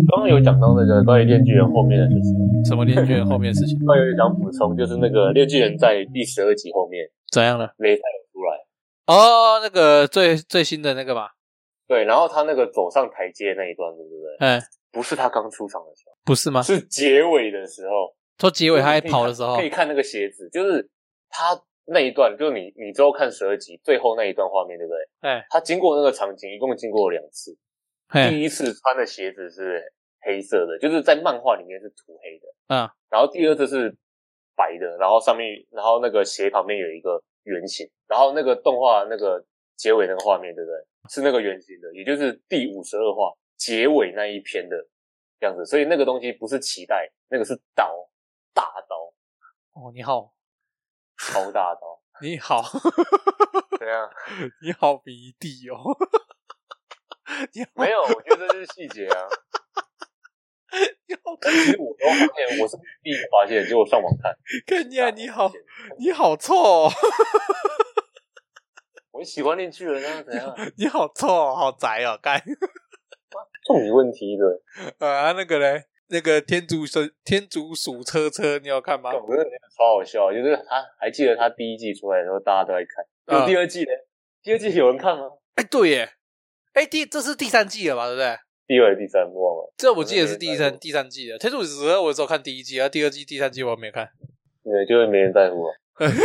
刚刚有讲到那个关于链锯人后面的事情， 什么链锯人后面的事情？ 刚有想补充，就是那个链锯人在第12集后面怎样了？ 擂台有出来哦，那个最新的那个嘛。 对，然后他那个走上台阶那一段，对不对？不是他刚出场的时候， 不是吗？ 是结尾的时候。 说结尾他在跑的时候， 可以看那个鞋子，就是他那一段，就是你之后看12集最后那一段画面，对不对？他经过那个场景，一共经过了2次。第一次穿的鞋子是黑色的，就是在漫画里面是涂黑的。然后第二次是白的，然后然后那个鞋旁边有一个圆形，然后那个动画那个结尾那个画面，对不对？是那个圆形的，也就是第52话结尾那一篇的样子。所以那个东西不是脐带，那个是刀，大刀。 哦，你好， 超大刀。 你好， 怎样？ 你好迷弟哦。 没有，我觉得这是细节啊。但其实我都发现，我是第一个发现，结果上网看。 看你好臭哦。 我喜欢链锯人啊，怎样？ 你好臭哦，好宅哦，干。 送你问题的。 那个嘞，那个天竺鼠车，你有看吗？ 我觉得超好笑，就是他还记得他第1季出来的时候，大家都在看。有第2季呢？第2季有人看吗？ 对耶。这是第3季了吧？对不对？ 第2、第3忘了。 这我记得是第三季的。天竺鼠车我只有看第1季，然后第2季、第3季我没看。 对，就是没人在乎啊。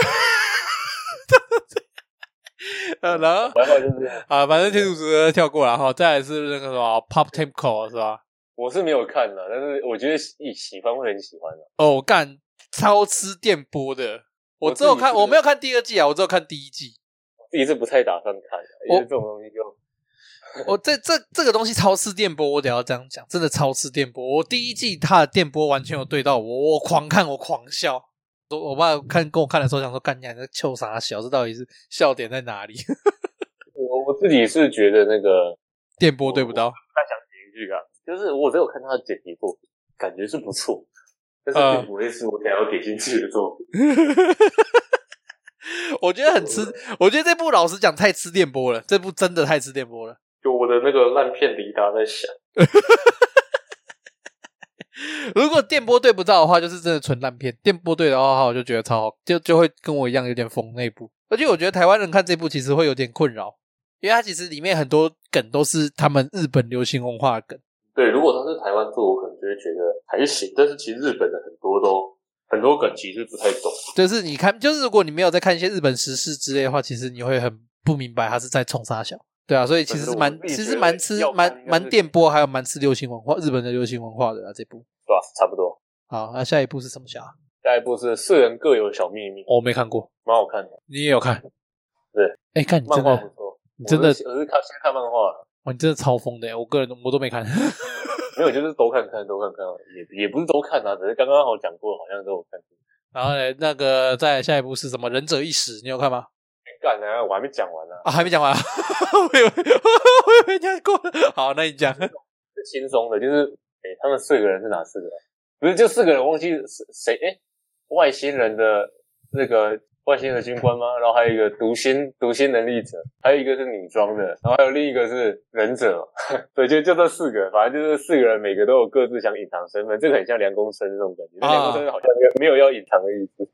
然后就是反正天竺鼠车跳过了哈，再来是那个什么 Pop Tempo 是吧？ 我是没有看的，但是我觉得喜欢会很喜欢的。 哦，干，超吃电波的。我只有看，我没有看第2季啊，我只有看第1季。 自己是不太打算看的，因为这种东西就。 这个东西超吃电波，我得要这样讲，真的超吃电波。我第1季它的电波完全有对到我狂看，我狂笑。我爸跟我看的时候想说，干你还在臭傻小，这到底是笑点在哪里？ 我自己是觉得那个电波对不到。 太想提一句啊，就是我只有看他的剪辑作品，感觉是不错，但是并不会是我想要给进去的作品。 我觉得很吃，我觉得这部老实讲太吃电波了，这部真的太吃电波了。 就我的那个烂片雷达在响。 如果电波对不到的话，就是真的纯烂片；电波对的话，我就觉得超好，就会跟我一样有点疯那部。而且我觉得台湾人看这部其实会有点困扰，因为它其实里面很多梗都是他们日本流行文化的梗。 对，如果他是台湾做，我可能就会觉得还行，但是其实日本的很多梗其实不太懂。 就是你看，就是如果你没有在看一些日本时事之类的话，其实你会很不明白他是在冲啥小。对啊，所以其实蛮吃电波，还有蛮吃流行文化，日本的流行文化的这部。 对啊，差不多。 好，那下一部是什么小？ 下一部是4人各有小秘密。 我没看过， 蛮好看的。 你也有看？ 对。 看你真的漫画不错， 你真的我是先看漫画了。 哇，你真的超疯的，我个人我都没看。 没有，就是都看，也不是都看啊，只是刚刚好讲过，好像都有看。 然后呢，那个再来下一部是什么？忍者一时，你有看吗？ 干啊，我还没讲完呢。 还没讲完。我以为讲过了。好，那你讲。 是轻松的，就是他们4个人是哪4个？不是，就4个人，忘记谁？外星人的那个外星人军官吗？然后还有一个读心能力者，还有一个是女装的，然后还有另一个是忍者。对，就这4个，反正就是4个人，每个都有各自想隐藏身份，这个很像梁公生那种感觉。梁公生好像没有要隐藏的意思。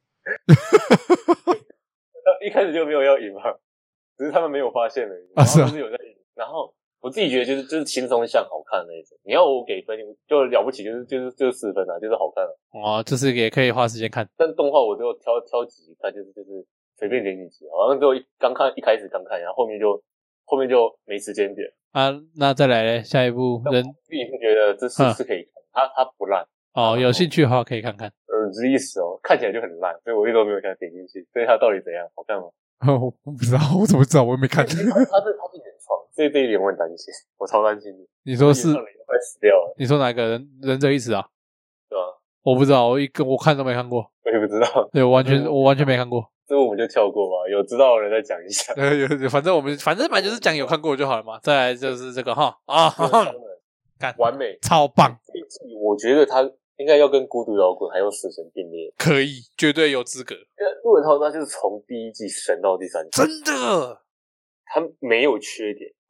一开始就没有要隐嘛，只是他们没有发现而已。然后就是有在隐。然后我自己觉得就是轻松像好看那一种。你要我给分，就了不起，就是4分啊，就是好看啊。 就是也可以花时间看。 但动画我只有挑几集看，就是随便点几集，好像只有一开始刚看，然后后面就没时间点啊。那再来嘞，下一部人自己是觉得这是可以看，它不烂有兴趣的话可以看看。 只意思看起来就很烂，所以我一直都没有想点进去。所以它到底怎样？好看吗？ 我不知道，我怎么知道？我也没看。 它是原创，这一点我很担心，我超担心的。 你说是快死掉了？ 你说哪个忍者一时啊？ 对啊， 我不知道，我看都没看过。 我也不知道。 对，我完全没看过。 这我们就跳过吧，有知道的人再讲一下。 反正就是讲有看过就好了嘛。再来就是这个干完美， 超棒。 我觉得他应该要跟孤独摇滚还有死神并列， 可以，绝对有资格。 陆文涛他就是从第1季神到第3季， 真的， 他没有缺点，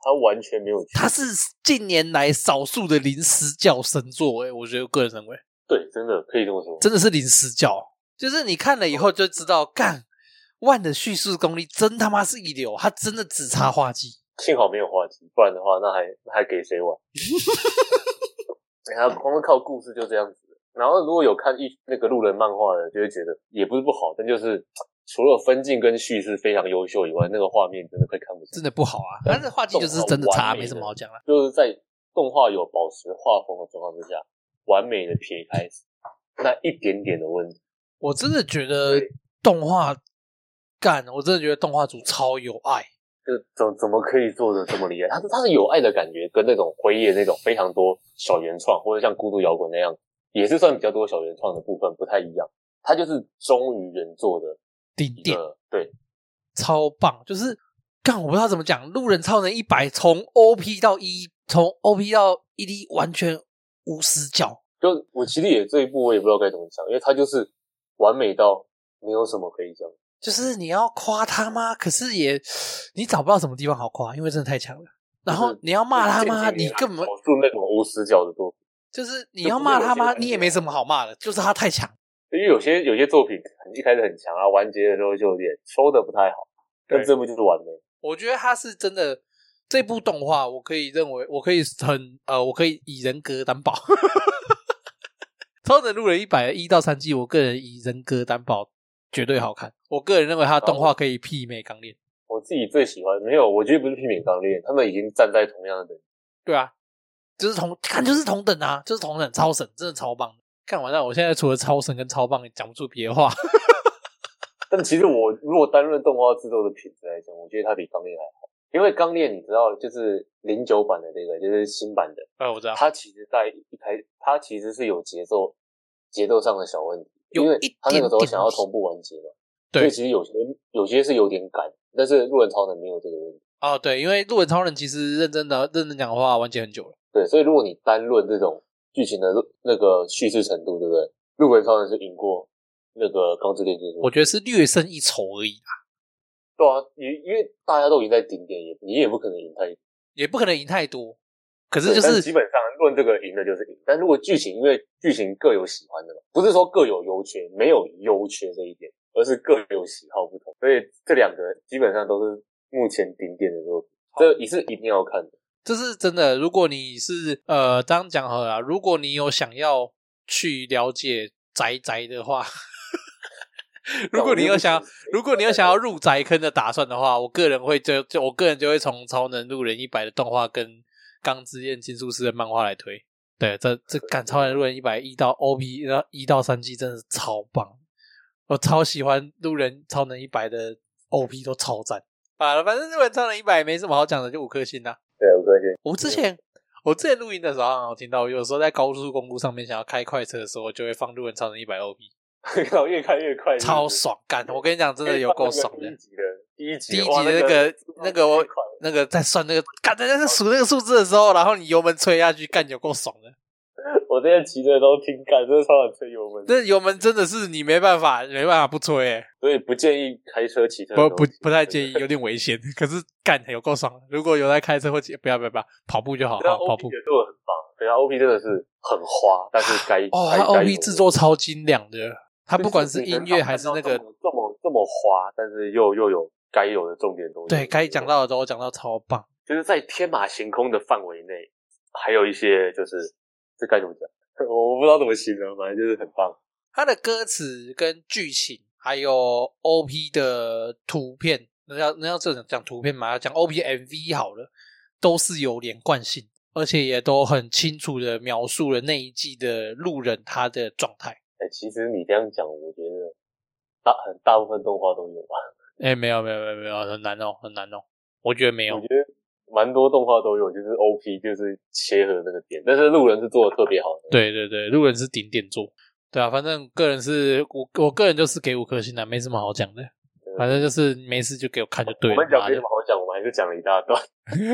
他完全没有， 他是近年来少数的零死角神作我觉得个人认为， 对，真的可以这么说， 真的是零死角，就是你看了以后就知道，干万的叙述功力真他妈是一流，他真的只差画技， 幸好没有画技，不然的话那还给谁玩？他光是靠故事就这样子。然后如果有看那个路人漫画的，就会觉得也不是不好，但就是除了分镜跟叙事非常优秀以外，那个画面真的会看不见， 真的不好啊。但是画技就是真的差，没什么好讲了。 就是在动画有保持画风的状况之下，完美的撇开那一点点的问题。 我真的觉得动画我真的觉得动画组超有爱。 就怎么可以做的这么厉害？他是有爱的感觉，跟那种回忆的那种非常多小原创，或者像孤独摇滚那样，也是算比较多小原创的部分不太一样。他就是忠于原作的顶点， 对， 超棒。就是我不知道怎么讲，路人超人100从 OP 到从 OP 到 ED 完全无死角。 就我其实这一部我也不知道该怎么讲，因为他就是完美到没有什么可以讲。 就是你要夸他吗？可是你找不到什么地方好夸，因为真的太强了。然后你要骂他吗？你根本少数那种无死角的作品， 就是你要骂他吗？你也没什么好骂的，就是他太强。 因为有些作品一开始很强啊，完结的时候就有点收的不太好，但这部就是完美。我觉得他是真的，这部动画我可以认为，我可以以人格担保。超能路人100 1到3季，我个人以人格担保。绝对好看，我个人认为它的动画可以媲美钢炼。 我自己最喜欢，没有，我觉得不是媲美钢炼，他们已经站在同样的等级。 对啊，就是同等啊，就是同等，超神，真的超棒。看完了，我现在除了超神跟超棒，讲不出别的话。 但其实我如果单论动画制作的品质来讲，我觉得它比钢炼还好，因为钢炼你知道，就是09版的那个，就是新版的， 我知道， 它其实在它其实是有节奏上的小问题。因为他那个时候想要同步完结嘛，所以其实有些是有点赶，但是路人超人没有这个问题。 对，因为路人超人其实认真讲的话，完结很久了。 对，所以如果你单论这种剧情的那个叙事程度，对不对？路人超人是赢过那个钢之炼金术， 我觉得是略胜一筹而已啦。 对啊，因为大家都赢在顶点，你也不可能赢太多。可是就是基本上论这个赢的就是赢，但如果剧情，因为剧情各有喜欢的嘛，不是说各有优缺，没有优缺这一点，而是各有喜好不同，所以这两个基本上都是目前顶点的作品，这也是一定要看的。 这是真的，如果你是这样讲好了，如果你有想要去了解宅的话，如果你有想要入宅坑的打算的话，我个人就会从超能路人100的动画跟钢之炼金术师的漫画来推。对，这超能路人100 1到 OP 然后1到3季真的是超棒，我超喜欢路人超能100的 OP 都超赞。反正路人超能100没什么好讲的，就5颗星啦。 对，5颗星。 我之前录音的时候好像听到，有时候在高速公路上面想要开快车的时候，就会放路人超能100 OP， 越开越快， 超爽干！我跟你讲，真的有够爽的。第一集那个在算那个干在数那个数字的时候，然后你油门吹下去，干有够爽的。 我这些骑的都挺干，真的超想吹油门。 这油门真的是你没办法不吹所以不建议开车骑车。 不太建议，有点危险。可是干有够爽，如果有在开车或不要跑步就好，跑步。 也做得很棒，对啊 ，OP 真的是很花，但是他 OP 制作超精良的，他不管是音乐还是那个这么花，但是又有该有的重点东西。 对，该讲到的都讲到超棒， 就是在天马行空的范围内，还有一些就是这该怎么讲？我不知道怎么形容，反正就是很棒。 他的歌词跟剧情，还有 OP 的图片，那要这种讲图片嘛？要讲 OP MV 好了，都是有连贯性，而且也都很清楚的描述了那一季的路人他的状态。 其实你这样讲，我觉得大部分动画都有吧。 没有，很难哦。我觉得没有。 我觉得蛮多动画都有，就是 OP 就是切合那个点，但是路人是做的特别好的。 对，路人是顶点做。对啊，反正个人是我个人就是给5颗星啦，没什么好讲的。反正就是没事就给我看就对了。 我们讲没什么好讲，我们还是讲了一大段。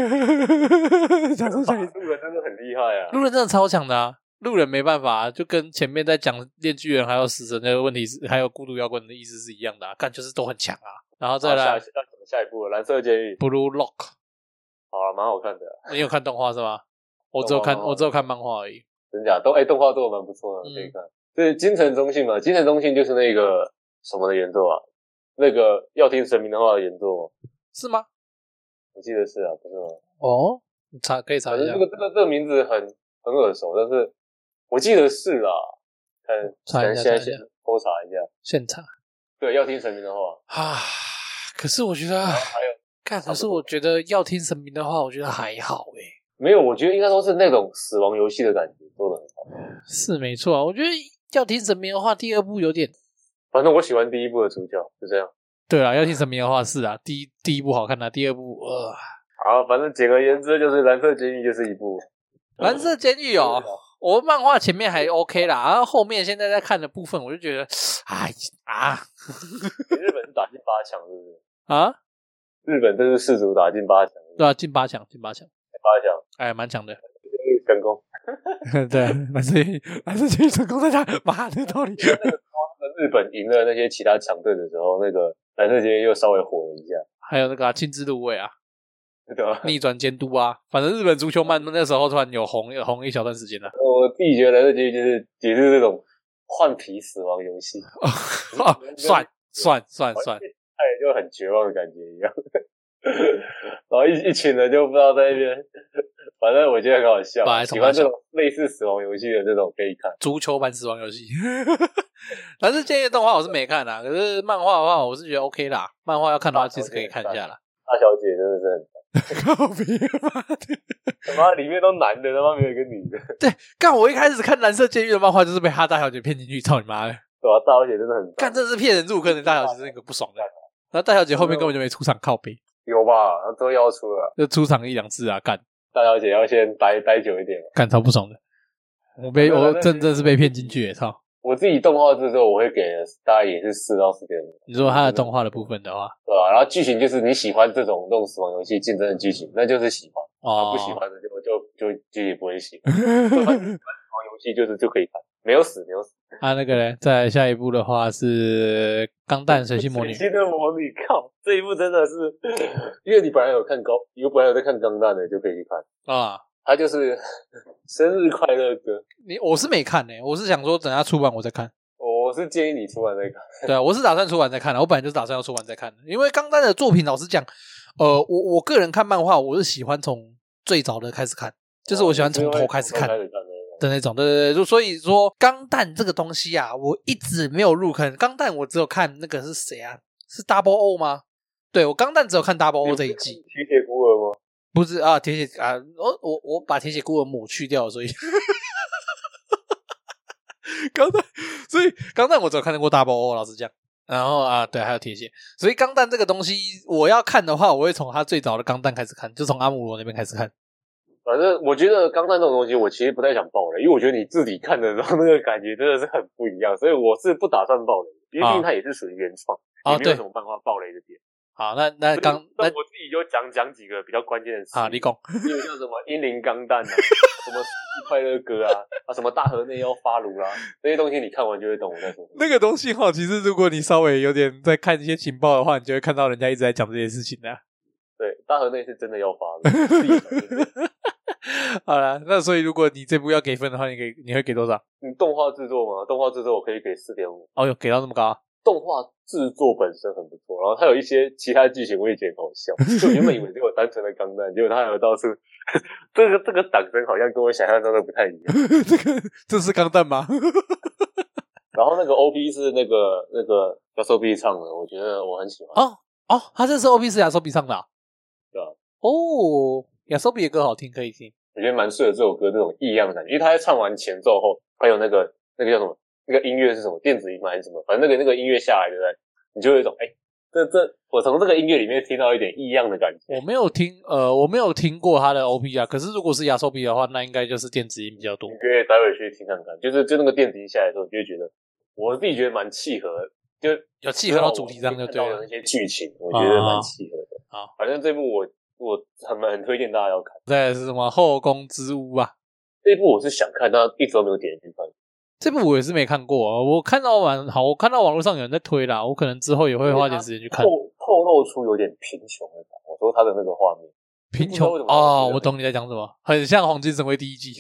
路人真的很厉害啊！ 路人真的超强的啊！路人没办法，就跟前面在讲炼巨人还有死神的问题是，还有孤独摇滚的意思是一样的啊，干就是都很强啊。然后再来下一步了，蓝色监狱 Blue Lock。 好啊，蛮好看的。 你有看动画是吗？我只有看漫画而已。 真假？动画做的蛮不错的，可以看。是金城中信嘛？金城中信就是那个什么的原作啊？那个要听神明的话的原作是吗？ 我记得是啊，不是吗？ 哦，可以查一下。 这个名字很耳熟，但是我记得是啦。看现在偷查一下， 现查。 对，要听神明的话啊。可是我觉得可是我觉得要听神明的话，我觉得还好没有，我觉得应该都是那种死亡游戏的感觉做得很好。 是没错啊，我觉得要听神明的话，第二部有点。 反正我喜欢第一部的主角，就这样。 对啊，要听神明的话是啊，第一部好看啊，第二部好，反正简而言之就是蓝色监狱就是一部。 蓝色监狱哦，我漫画前面还 OK 啦，然后后面现在在看的部分，我就觉得日本是打进8强是不是？ 啊？ 日本这是世足打进8强。 对啊，进8强。 哎， 蛮强的。 成功。 对，蓝色监狱成功在他妈的道理。 日本赢了那些其他强队的时候，那个蓝色监狱又稍微火了一下。 还有那个青之芦苇啊， 对吧？ 逆转监督啊，反正日本足球漫那时候突然有红一小段时间了。 我自己觉得蓝色监狱就是也是这种换皮死亡游戏。算，就很绝望的感觉一样。然后一群人就不知道在那边，反正我觉得很好笑。喜欢这种类似死亡游戏的这种可以看。 足球版死亡游戏。但是建议动画我是没看啦，可是漫画的话我是觉得 OK 啦。漫画要看的话其实可以看一下啦。 大小姐真的是很靠北他妈里面都男的，他妈没有一个女的。 对，干我一开始看蓝色监狱的漫画就是被哈大小姐骗进去，操你妈的！ 对啊，大小姐真的很干，这是骗人入坑的。大小姐是那个不爽的。然后大小姐后面根本就没出场，靠北。 有吧？都要出了， 就出场1-2次啊！干， 大小姐要先待久一点， 干超不爽的。我真是被骗进去，操！ 我自己动画制作，我会给大概也是4到10点。 你说他的动画的部分的话， 对吧？然后剧情就是你喜欢这种死亡游戏竞争的剧情，那就是喜欢；不喜欢的就也不会喜欢。死亡游戏就可以看，没有死。 那个呢？再下一部的话是《钢弹水星魔女》。 水星的魔女，靠！这一部真的是，因为你本来有在看钢弹的，就可以去看啊。它就是生日快乐歌。 我是没看我是想说等它出版我再看。 我是建议你出版再看。 对啊，我是打算出版再看的。我本来就是打算要出版再看的，因为钢弹的作品，老实讲，我个人看漫画，我是喜欢从最早的开始看，就是我喜欢从头开始看的那种。对，所以说钢弹这个东西啊，我一直没有入坑。钢弹我只有看那个是谁啊？是 Double O 吗？对，我钢弹只有看 Double O 这一季。 铁血孤儿吗？ 不是啊，铁血啊，我把铁血孤儿抹去掉了，所以所以钢弹我只有看过 Double O， 老实讲。然后对，还有铁血。所以钢弹这个东西，我要看的话，我会从他最早的钢弹开始看，就从阿姆罗那边开始看。 反正我觉得钢弹这种东西，我其实不太想爆雷，因为我觉得你自己看的时候那个感觉真的是很不一样，所以我是不打算爆雷，因为毕竟它也是属于原创，也没有什么办法爆雷的点。 好，那我自己就讲几个比较关键的事。 你讲， 比如像什么英灵钢弹啊，什么快乐歌啊，什么大河内要发炉啦，这些东西你看完就会懂我在说什么。 那个东西其实如果你稍微有点在看一些情报的话，你就会看到人家一直在讲这些事情的。 对，大河内是真的要发的。 好啦，那所以如果你这部要给分的话，你会给多少？ 你动画制作吗？动画制作我可以给4.5。 哦哟，给到这么高啊！ 动画制作本身很不错，然后它有一些其他剧情我也觉得很好笑。就原本以为只有单纯的钢弹，结果它还有到处这个党声好像跟我想象中的不太一样。 这是钢弹吗？ 然后那个 OP 是那个亚索比唱的，我觉得我很喜欢。 他这次 OP 是亚索比唱的啊？ 对啊。 亚索比的歌好听，可以听。 我觉得蛮适合这首歌这种异样的感觉，因为他在唱完前奏后，还有那个叫什么？那个音乐是什么？电子音吗还是什么？反正那个音乐下来，对不对？你就有一种我从这个音乐里面听到一点异样的感觉。 我没有听过他的 OP 啊。可是如果是亚索比的话，那应该就是电子音比较多。 你可以待会去听看看，就那个电子音下来的时候，你就会觉得，我自己觉得蛮契合的，就有契合到主题上就对了。 那些剧情，我觉得蛮契合的。 好， 反正这部我很推荐大家要看。 再来是什么后宫之屋啊？ 这部我是想看，但一直都没有点进去看。 这部我也是没看过啊，我看到网络上有人在推啦，我可能之后也会花点时间去看。 透露出有点贫穷的感觉，我说他的那个画面， 贫穷哦，我懂你在讲什么，很像《黄金神威》第一季。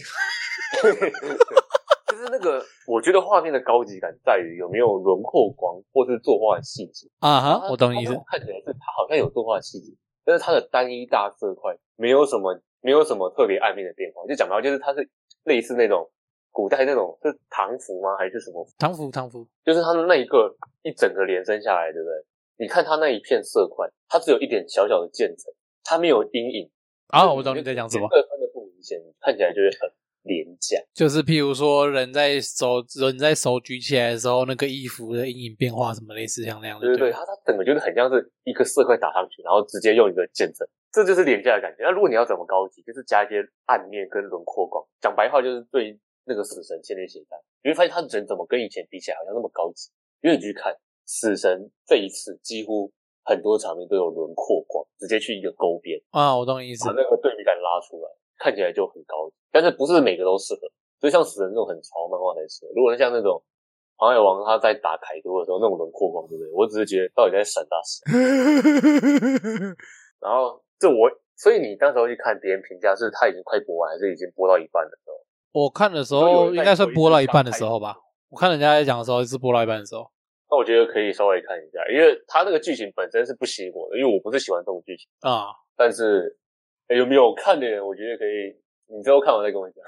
就是那个，我觉得画面的高级感在于有没有轮廓光，或是作画的细节啊哈，我懂你意思。 看起来是它好像有作画的细节，但是它的单一大色块没有什么特别暗面的变化。就讲白就是它是类似那种古代那种是唐服吗？还是什么？ 唐服， 就是它的那一个一整个连伸下来，对不对？你看它那一片色块，它只有一点小小的渐层，它没有阴影。 啊，我懂你在讲什么。 色块的不明显，看起来就会很廉价。 就是譬如说人在手举起来的时候，那个衣服的阴影变化什么类似像那样的。 对，它整个就是很像是一个色块打上去，然后直接用一个渐层，这就是廉价的感觉。那如果你要怎么高级，就是加一些暗面跟轮廓光。讲白话就是对那个死神牵连血带，你会发现他人怎么跟以前比起来好像那么高级。因为你去看死神这一次几乎很多场面都有轮廓光，直接去一个勾边啊，我懂你意思， 把那个对比感拉出来，看起来就很高级。但是不是每个都适合，所以像死神这种很潮漫画才适合。如果像那种航海王他在打凯多的时候那种轮廓光，对不对？我只是觉得到底在闪大闪。然后所以你当时候去看别人评价是他已经快播完，还是已经播到一半的时候？ 我看的时候应该算播到一半的时候吧。我看人家在讲的时候是播到一半的时候。 那我觉得可以稍微看一下，因为他那个剧情本身是不吸引我的，因为我不是喜欢这种剧情啊。但是有没有看的人，我觉得可以，你之后看完再跟我讲。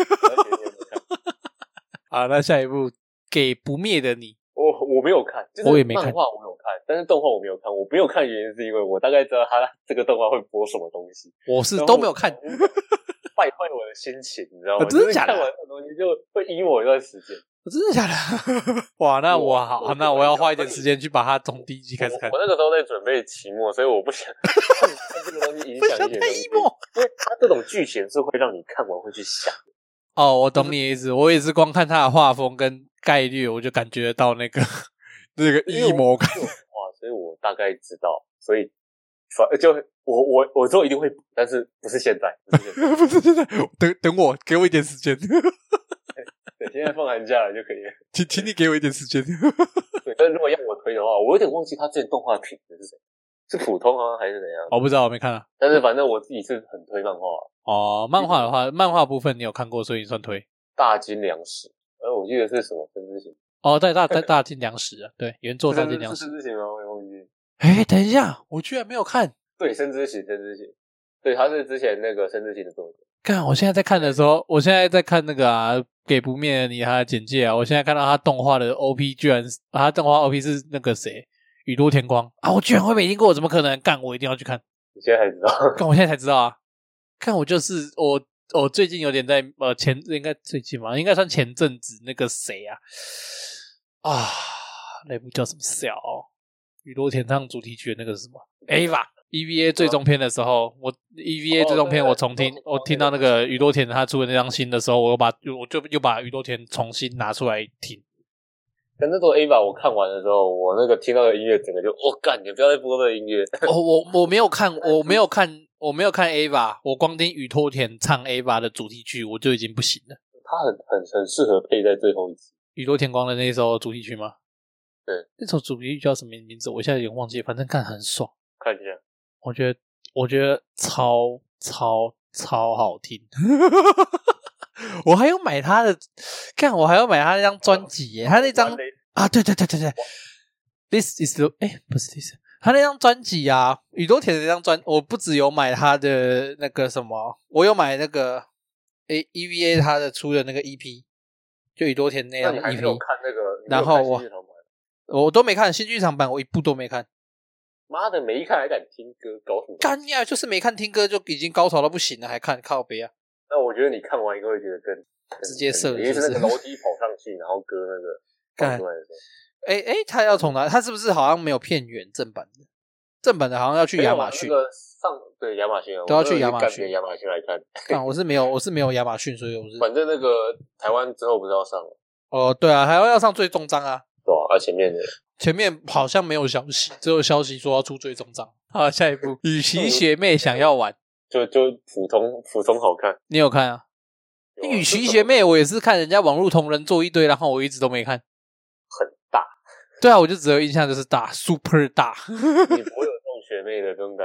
好，那下一部《给不灭的你》， 我没有看，就是我也没看， 漫画我有看，但是动画我没有看。我没有看的原因是因为我大概知道他这个动画会播什么东西， 我是都没有看， 败坏我的心情，你知道吗？ 真的假的？ 看完这个东西就会阴我一段时间。 真的假的？哇，那我好，那我要花一点时间去把它从第一集开始看。 我那个时候在准备期末，所以我不想看这个东西影响一点东西，因为它这种剧情是会让你看完会去想。 哦，我懂你的意思，我也是光看它的画风跟概率，我就感觉到那个阴谋感。 哇，所以我大概知道，所以就我之后一定会补，但是不是现在， 不是现在，等我，给我一点时间。 对，现在放寒假了就可以了。 请你给我一点时间。 对，但如果要我推的话，我有点忘记他之前动画品质是谁，是普通啊还是怎样？ 我不知道，我没看啊。 但是反正我自己是很推漫画。 哦，漫画的话，漫画部分你有看过，所以你算推。 大金良史，我记得是什么申之行。 哦，对，大金良史啊，对，原作大金良史。 是申之行吗？我也忘记。 等一下，我居然没有看。 对，申之行，对，他是之前那个申之行的作者。 看，我现在在看的时候，我现在在看那个啊，给不灭的你他的简介啊，我现在看到他动画的 OP 居然他动画 OP 是那个谁，宇多田光啊，我居然会没听过，怎么可能？干，我一定要去看。 你现在才知道？ 干，我现在才知道啊！看，我就是我最近有点在应该最近嘛，应该算前阵子那个谁啊，那部叫什么小宇多田唱主题曲的那个是什么 EVA 最终篇的时候，我 EVA 最终篇我重听，我听到那个宇多田他出的那张新的时候，我就又把宇多田重新拿出来听。 但那时候 EVA 我看完的时候，我那个听到的音乐整个就干，你不要再播这个音乐。 我没有看 EVA， 我光听宇多田唱 EVA 的主题曲我就已经不行了。 他很适合配在最后一集。 宇多田光的那首主题曲吗？ 对， 那首主题曲叫什么名字？我现在有点忘记，反正看很爽。 看一下。 我觉得超好听。我还有买他的，我还要买他那张专辑耶，他那张啊，对 ，This is the 不是 This， 他那张专辑啊，宇多田的那张专，我不只有买他的那个什么，我有买那个EVA 他的出的那个 EP， 就宇多田那张 EP。 那你还没有看那个？ 然后我都没看新剧场版，我一部都没看。 妈的，没看还敢听歌，搞什么？ 干呀，就是没看听歌就已经高潮到不行了，还看靠北啊！ 那我觉得你看完应该会觉得更直接射， 因为是那个楼梯跑上去，然后歌那个放出来的时候。 他要从哪？他是不是好像没有片源正版的？正版的好像要去亚马逊。 对亚马逊都要去亚马逊来看。 我是没有亚马逊，所以我是。 反正那个台湾之后不是要上了？ 哦，对啊，还要上最终章啊。 对啊， 前面好像没有消息，只有消息说要出最终章。好，下一部雨琦学妹想要玩， 就普通好看。 你有看啊？雨琦学妹我也是看人家网络同人做一堆，然后我一直都没看。 很大。 对啊，我就只有印象就是大 ，super 大。 你不会有这种学妹的，不用担心。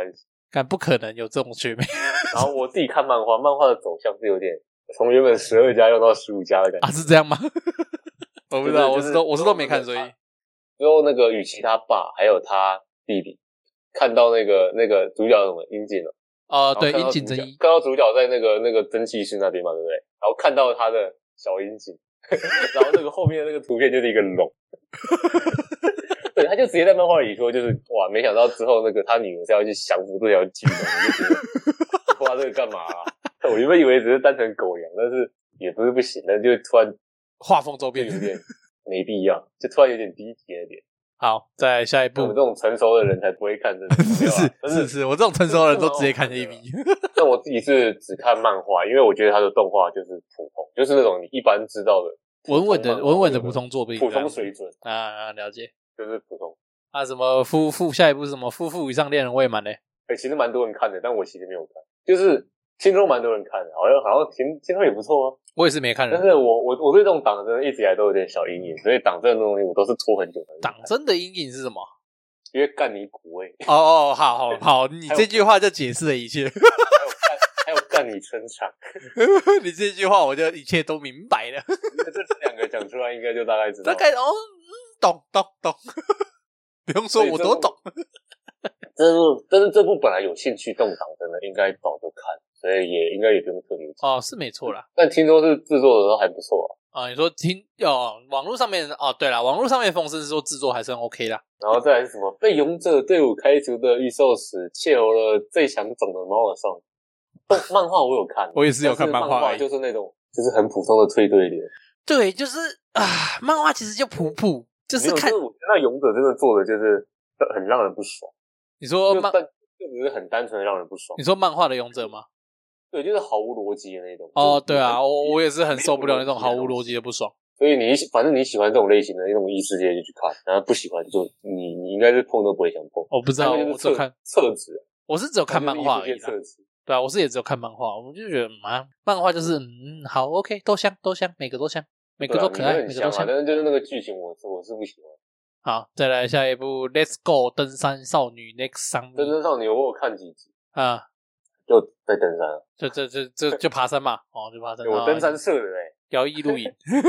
干不可能有这种学妹。 然后我自己看漫画，漫画的走向是有点从原本12家用到15家的感觉啊，是这样吗？我不知道，我是都没看，所以之后那个与其他爸还有他弟弟看到那个主角什么樱井了， 对，樱井真一看到主角在那个蒸汽室那边嘛，对不对？然后看到他的小樱井，然后那个后面的那个图片就是一个龙。对，他就直接在漫画里说，就是哇，没想到之后那个他女儿是要去降服这条金龙，我就觉得画这个干嘛啊？我原本以为只是单纯狗粮，但是也不是不行，但是就突然画风周边有点没必要，就突然有点低级了点。 好，再来下一部。 我们这种成熟的人才不会看这种， 是，我这种成熟的人都直接看 AV。 但我自己是只看漫画，因为我觉得它的动画就是普通，就是那种你一般知道的稳稳的普通作品， 普通水准啊，了解， 就是普通。 啊，什么下一部是什么夫妇以上恋人未满嘞？ 其实蛮多人看的，但我其实没有看，就是听说蛮多人看的，好像听说也不错啊。 我也是没看的， 但是我对这种党真的一直以来都有点小阴影，所以党争的东西我都是拖很久的。 党争的阴影是什么？ 因为干你苦味。 好，你这句话就解释了一切。 还有干你撑场。 你这句话我就一切都明白了。 这两个讲出来应该就大概知道。 大概懂。不用说，我都懂。 但是这部本来有兴趣动党争的，应该早就看，所以应该也不用特别讲。 是没错啦。 但听说是制作的都还不错啊。你说网络上面对啦，网络上面风声是说制作还算 OK 啦。 然后再来是什么？被勇者队伍开除的御兽使窃留了最强种的猫耳上。漫画我有看， 我也是有看漫画， 就是那种就是很普通的退队流。 对，就是漫画其实就普，就是看。 我觉得那勇者真的做的就是很让人不爽。 你说就只是很单纯的让人不爽。 你说漫画的勇者吗？ 对，就是毫无逻辑的那种。 对啊，我也是很受不了那种毫无逻辑的不爽。 所以反正你喜欢这种类型的那种异世界就去看，然后不喜欢就你应该是碰都不会想碰。 我不知道，我只看厕纸。 我是只有看漫画而已啦。对啊，我是也只有看漫画，我就觉得漫画就是好 OK， 都香，每个都香，每个都可爱，每个都香。 但是就是那个剧情我是不喜欢。 好，再来下一部 Let's Go 登山少女 Next Summer。 登山少女我有看几集啊， 就在登山， 就爬山嘛，就爬山。 我登山社的摇曳露营。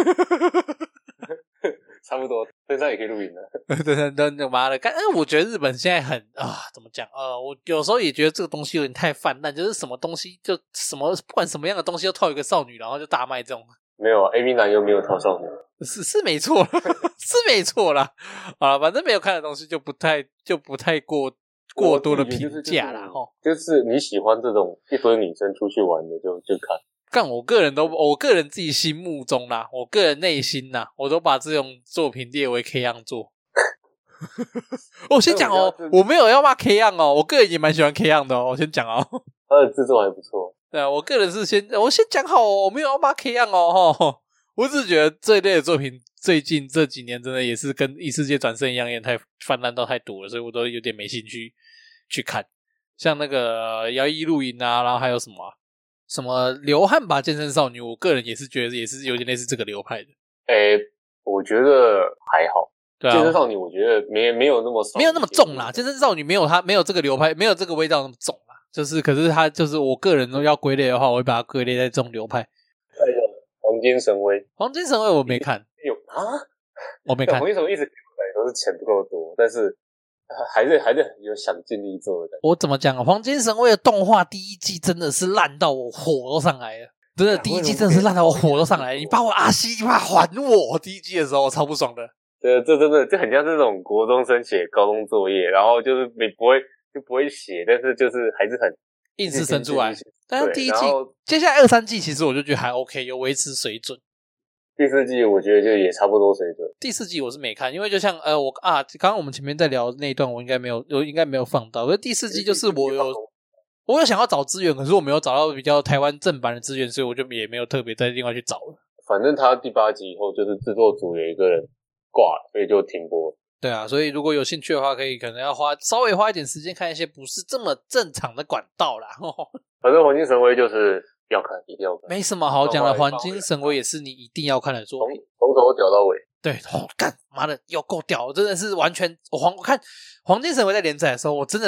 差不多，登山也可以露营的。 登妈的，我觉得日本现在很怎么讲我有时候也觉得这个东西有点太泛滥，就是什么东西就什么，不管什么样的东西都套一个少女，然后就大卖这种。 没有AV 男优没有套少女， 是没错，是没错啦。反正没有看的东西就不太过多的评价啦。 就是你喜欢这种一堆女生出去玩的就看。 干我个人自己心目中啦，我个人内心啦，我都把这种作品列为 K 样作。我先讲我没有要骂 K 样我个人也蛮喜欢 K 样的我先讲他的制作还不错。 对啊，我个人是我先讲好我没有要骂 K 样我只是觉得这一类的作品最近这几年真的也是跟异世界转生一样，也太泛滥到太多了，所以我都有点没兴趣去看。像那个摇曳露营然后还有什么流汗吧健身少女，我个人也是觉得也是有点类似这个流派的。 我觉得还好。 对啊， 健身少女我觉得没有那么重啦，健身少女没有这个流派，没有这个味道那么重啦。可是它就是我个人要归类的话，我会把它归类在这种流派。 黄金神威我没看。我没看。 黄金神威一直都是钱不够多，但是还是有想尽力做的感觉。 我怎么讲黄金神威的动画第一季真的是烂到我火都上来了，真的第一季真的是烂到我火都上来了。你把我阿西把还我，第一季的时候我超不爽的。 这真的就很像是那种国中生写高中作业，然后就是不会写，但是就是还是很硬是生出来。但是第一季接下来2、3季其实我就觉得还 OK， 有维持水准。 第4季我觉得就也差不多水准。 第4季我是没看，因为就像刚刚我们前面在聊那一段我应该没有放到。可是第4季就是我有想要找资源，可是我没有找到比较台湾正版的资源，所以我就也没有特别再另外去找了。 反正他第8集以后就是制作组有一个人挂了，所以就停播。 对啊，所以如果有兴趣的话，可能要稍微花一点时间看一些不是这么正常的管道啦。 反正黄金神威就是要看，一定要看，没什么好讲的。黄金神威也是你一定要看的作品， 从头屌到尾。 对，干妈的有够屌，真的是完全我看黄金神威在连载的时候，我真的是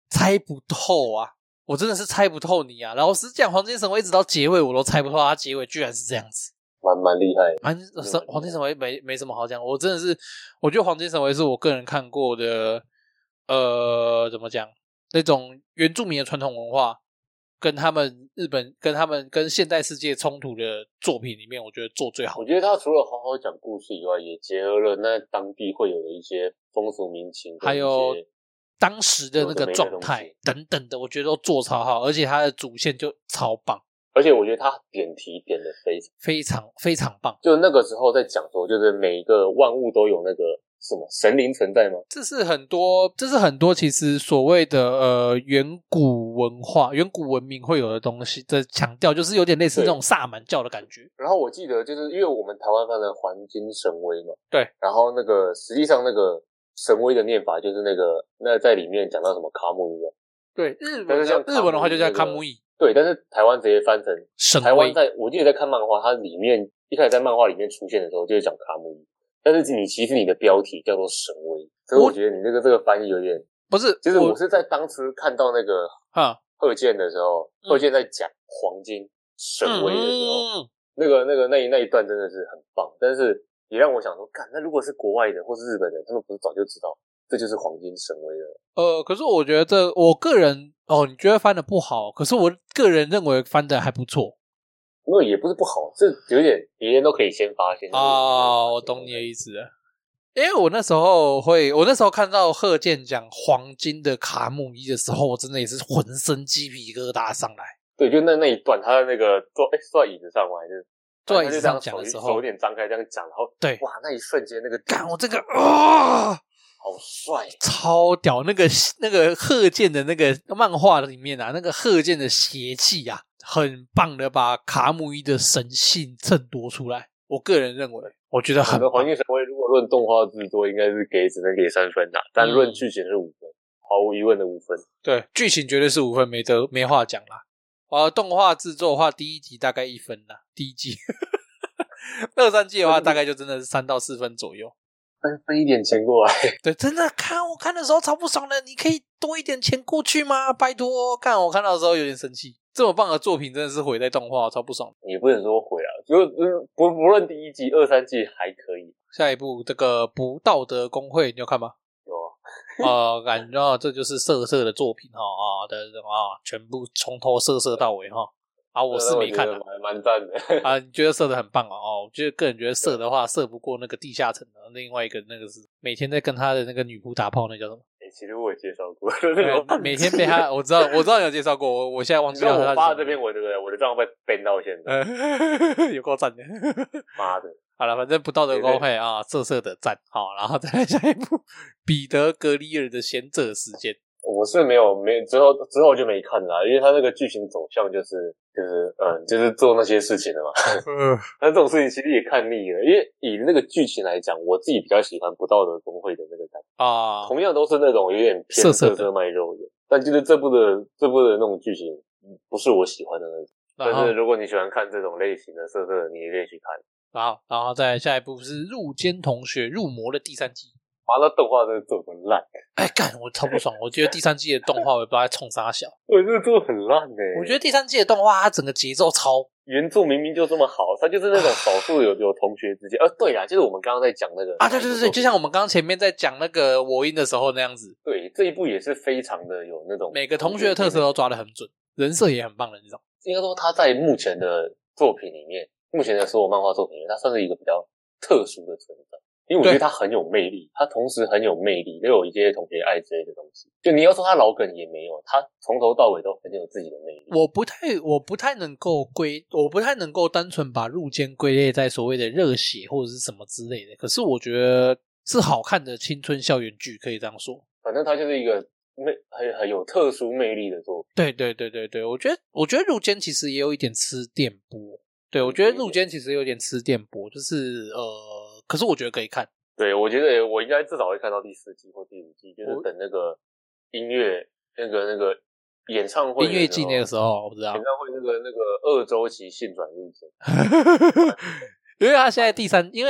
猜不透啊，我真的是猜不透你啊！老实讲，黄金神威一直到结尾我都猜不透，他结尾居然是这样子， 蛮厉害。 黄金神威没什么好讲，我真的是，我觉得黄金神威是我个人看过的，怎么讲，那种原住民的传统文化。跟他们日本跟现代世界冲突的作品里面，我觉得做最好。 我觉得他除了好好讲故事以外，也结合了那当地会有的一些风俗民情， 还有当时的那个状态等等的，我觉得都做超好，而且他的主线就超棒。 而且我觉得他点题点的非常棒。 就那个时候在讲说，就是每一个万物都有那个什么神灵存在吗？ 这是很多其实所谓的远古文化、远古文明会有的东西的强调，就是有点类似那种萨满教的感觉。 然后我记得就是因为我们台湾翻的黄金神威嘛， 对， 然后那个实际上那个神威的念法就是那在里面讲到什么卡姆伊， 对，日文的话就叫卡姆伊。 对，但是台湾直接翻成神威。 台湾我记得在看漫画，它里面一开始在漫画里面出现的时候就是讲卡姆伊，但是其实你的标题叫做神威，所以我觉得你这个翻译有点不是。 其实我是在当时看到那个贺建的时候，贺建在讲黄金神威的时候，那一段真的是很棒，但是也让我想说，干，那如果是国外的或是日本人，他们不是早就知道这就是黄金神威了？ 可是我觉得我个人你觉得翻的不好，可是我个人认为翻的还不错。 因为也不是不好，是有点别人都可以先发现。 我懂你的意思了。因为我那时候看到贺建讲黄金的卡姆伊的时候，我真的也是浑身鸡皮疙瘩上来。 对，就那一段，他的那个坐在椅子上吗？还是坐在椅子上讲的时候， 手有点张开这样讲，然后对， 哇，那一瞬间那个干我这个好帅， 超屌！那个贺建的那个漫画里面啊，那个贺建的邪气啊，很棒的把卡姆伊的神性衬托出来。我个人认为，我觉得很棒。 黄金神威如果论动画制作，应该是只能给3分的，但论剧情是5分，毫无疑问的5分。 对，剧情绝对是5分，没话讲啦。动画制作的话，第一集大概1分啦，第一季。2、3季的话，大概就真的是3到4分左右。 分一点钱过来。 对，真的我看的时候超不爽的，你可以多一点钱过去吗？拜托，我看到的时候有点生气。这么棒的作品真的是毁在动画，超不爽。 也不能说毁啊，就不论第一季、2、3季还可以。 下一部这个不道德公会，你有看吗？ 有啊。 感觉这就是色的作品全部从头色到尾我是没看的， 蛮赞的你觉得色的很棒我个人觉得色的话，色不过那个地下城的另外一个那个是每天在跟他的那个女仆打炮，那叫什么？ 其实我也介绍过， 每天被他，我知道你有介绍过，我现在忘记了。 我发这篇文对不对？我的账号被 ban 到现在， 有够赞的， 妈的！ 好了，反正不道德公会色的赞然后再来下一部彼得格里尔的贤者时间。 我是没之后就没看了因为他那个剧情走向就是做那些事情的嘛。但这种事情其实也看腻了，因为以那个剧情来讲，我自己比较喜欢不道德公会的那个感觉同样都是那种有点偏色卖肉的，但就是这部的那种剧情不是我喜欢的那种。但是如果你喜欢看这种类型的色的，你也可以去看。 然后再来下一部是入间同学入魔的第3季。 那动画真的做得很烂。 干我超不爽，我觉得第3季的动画我也不知道在冲啥小。 我觉得做得很烂我觉得第3季的动画它整个节奏超原著明明就这么好，它就是那种少数有同学之间对啦，就是我们刚刚在讲那个对，就像我们刚刚前面在讲那个我音的时候那样子。 对，这一部也是非常的有那种每个同学的特色都抓得很准，人设也很棒的那种。 应该说他在目前的作品里面，目前的所有漫画作品里面，他算是一个比较特殊的存在。因为我觉得他很有魅力，他同时很有魅力，又有一些同学爱之类的东西。就你要说他老梗也没有，他从头到尾都很有自己的魅力。我不太能够单纯把入间归类在所谓的热血或者是什么之类的。可是我觉得是好看的青春校园剧，可以这样说。 反正他就是一个很有特殊魅力的作品。 对，我觉得入间其实也有一点吃电波。对，我觉得入间其实有点吃电波，就是可是我觉得可以看。对， 我觉得我应该至少会看到第4季或第5季，就是等那个音乐那个演唱会音乐季那个时候，我知道演唱会那个2周期性转入间。 因为他现在第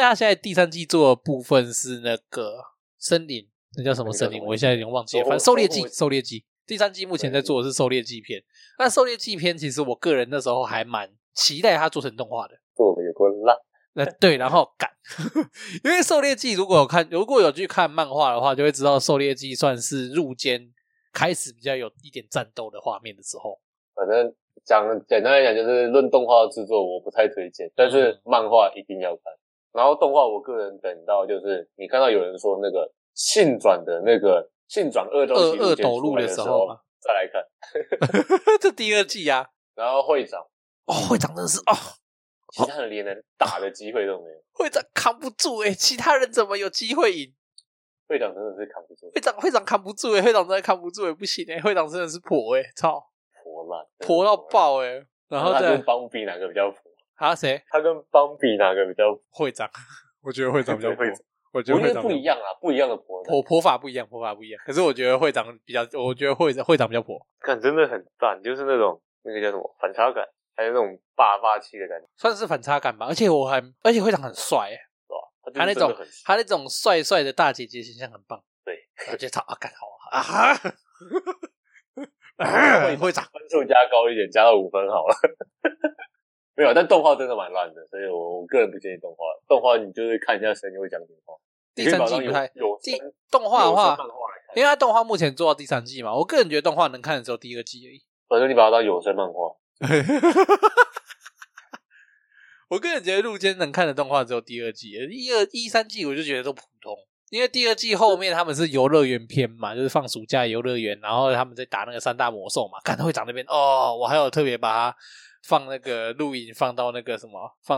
3季做的部分是那个森林，那叫什么森林？我现在有点忘记了。反正狩猎季。 第3季目前在做的是狩猎季篇，那狩猎季篇其实我个人那时候还蛮期待它做成动画的， 做的有够烂。 对，然后赶，因为狩猎季如果有去看漫画的话，就会知道狩猎季算是入间开始比较有一点战斗的画面的时候。 反正简单来讲，就是论动画制作我不太推荐，但是漫画一定要看。然后动画我个人等到就是你看到有人说那个性转的那个性转二斗路的时候再来看。 这第2季啊。 然后会长会长真的是其他人连人打的机会都没有， 会长扛不住其他人怎么有机会赢？ 会长真的是扛不住， 会长扛不住会长真的扛不住不行会长真的是婆操， 婆烂， 婆到爆然后他跟邦比哪个比较婆？ 谁？ 他跟邦比哪个比较会长？我觉得会长比较婆。 我觉得不一样啊，不一样的婆法不一样，可是我觉得会长比较，我觉得会长比较婆。 看真的很赞，就是那种那个叫什么反差感，还有那种霸气的感觉， 算是反差感吧。而且会长很帅他那种帅帅的大姐姐形象很棒。 对， 我觉得干好会长分数加高一点，加到5分好了。没有，但动画真的蛮烂的，所以我个人不建议动画。动画你就是看一下神会讲什么话。 第3季不太动画的话，因为它动画目前做到第3季嘛，我个人觉得动画能看的只有第2季而已。 反正你把它当有声漫画。 我个人觉得入间能看的动画只有第2季，1、3季我就觉得都普通。因为第2季后面他们是游乐园篇嘛，就是放暑假游乐园，然后他们在打那个3大魔兽嘛，看会长那边我还有特别把它放那个录影放到那个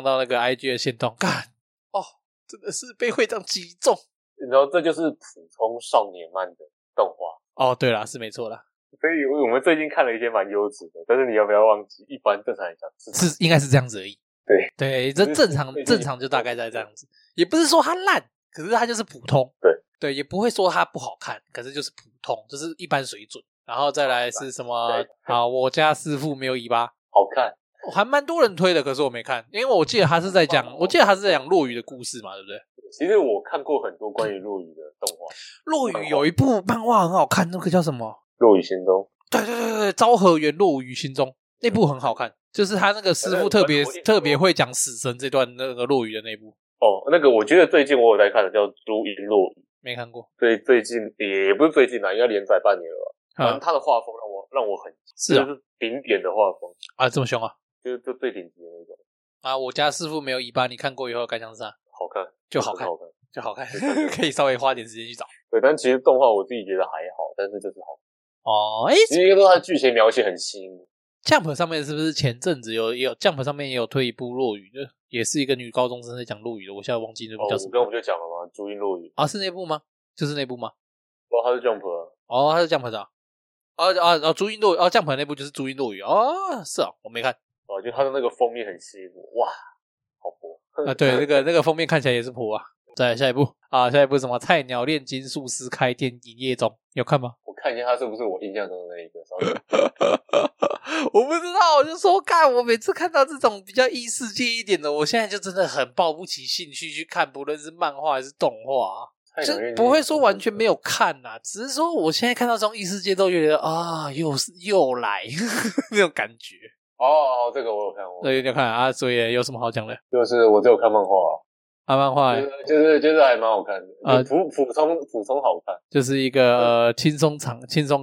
IG 的限动，干真的是被会长击中。 然后这就是普通少年漫的动画。 对啦，是没错啦。 所以我们最近看了一些蛮优质的，但是你要不要忘记，一般正常来讲是应该是这样子而已。对，这正常就大概在这样子，也不是说它烂，可是它就是普通。对，也不会说它不好看，可是就是普通，就是一般水准。然后再来是什么？我家师父没有尾巴， 好看。 还蛮多人推的，可是我没看，因为我记得他是在讲落羽的故事嘛，对不对？ 其实我看过很多关于落羽的动画。 落羽有一部漫画很好看，那个叫什么？ 落羽心中。 对，昭和元落羽心中那部很好看，就是他那个师傅特别会讲死神这段那个落羽的那部。 那个我觉得最近我有在看的叫《朱茵落羽》， 没看过。 最近也不是最近啦，应该连载半年了吧。反正他的画风让我很就是顶点的画风啊，这么凶啊！ 就是最顶级的那种啊！我家师傅没有尾巴，你看过以后感想是啥？ 好看， 就好看，可以稍微花点时间去找。 对，但其实动画我自己觉得还好，但是就是好看。 其实因为它的剧情描写很吸引。 Jump 上面是不是前阵子有 Jump 上面也有推一部落羽的，也是一个女高中生在讲落羽的，我现在忘记那部叫什么。 我跟我们就讲了吗？朱茵落羽是那部吗？就是那部吗？ 他是 Jump 他是 Jump 的朱茵落羽Jump 那部就是朱茵落羽是我没看。 就他的那个封面很吸引我，哇，好婆对，那个封面看起来也是婆啊。再来下一部什么菜鸟炼金术师开店营业中，有看吗？ 我看一下他是不是我印象中的那一个。 我不知道，我就说干，我每次看到这种比较异世界一点的，我现在就真的很抱不起兴趣去看，不论是漫画还是动画，就不会说完全没有看啦，只是说我现在看到这种异世界都觉得又来那种感觉。 这个我有看过。 对，有看所以有什么好讲的？ 就是我只有看漫画漫画就是还蛮好看的普通好看， 就是一个轻松看，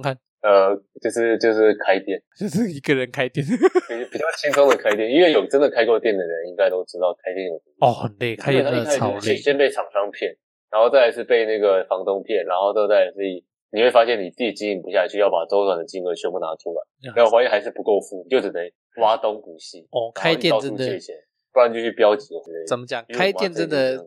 就是开店， 就是一个人开店， 比较轻松的开店，因为有真的开过店的人应该都知道开店有很累，开店真的超累。 先被厂商骗，然后再来是被那个房东骗，然后再来是你会发现你自己经营不下去，要把周转的金额全部拿出来，然后发现还是不够付，就只能挖东补西。 开店真的， 不然就去标记。 怎么讲？开店真的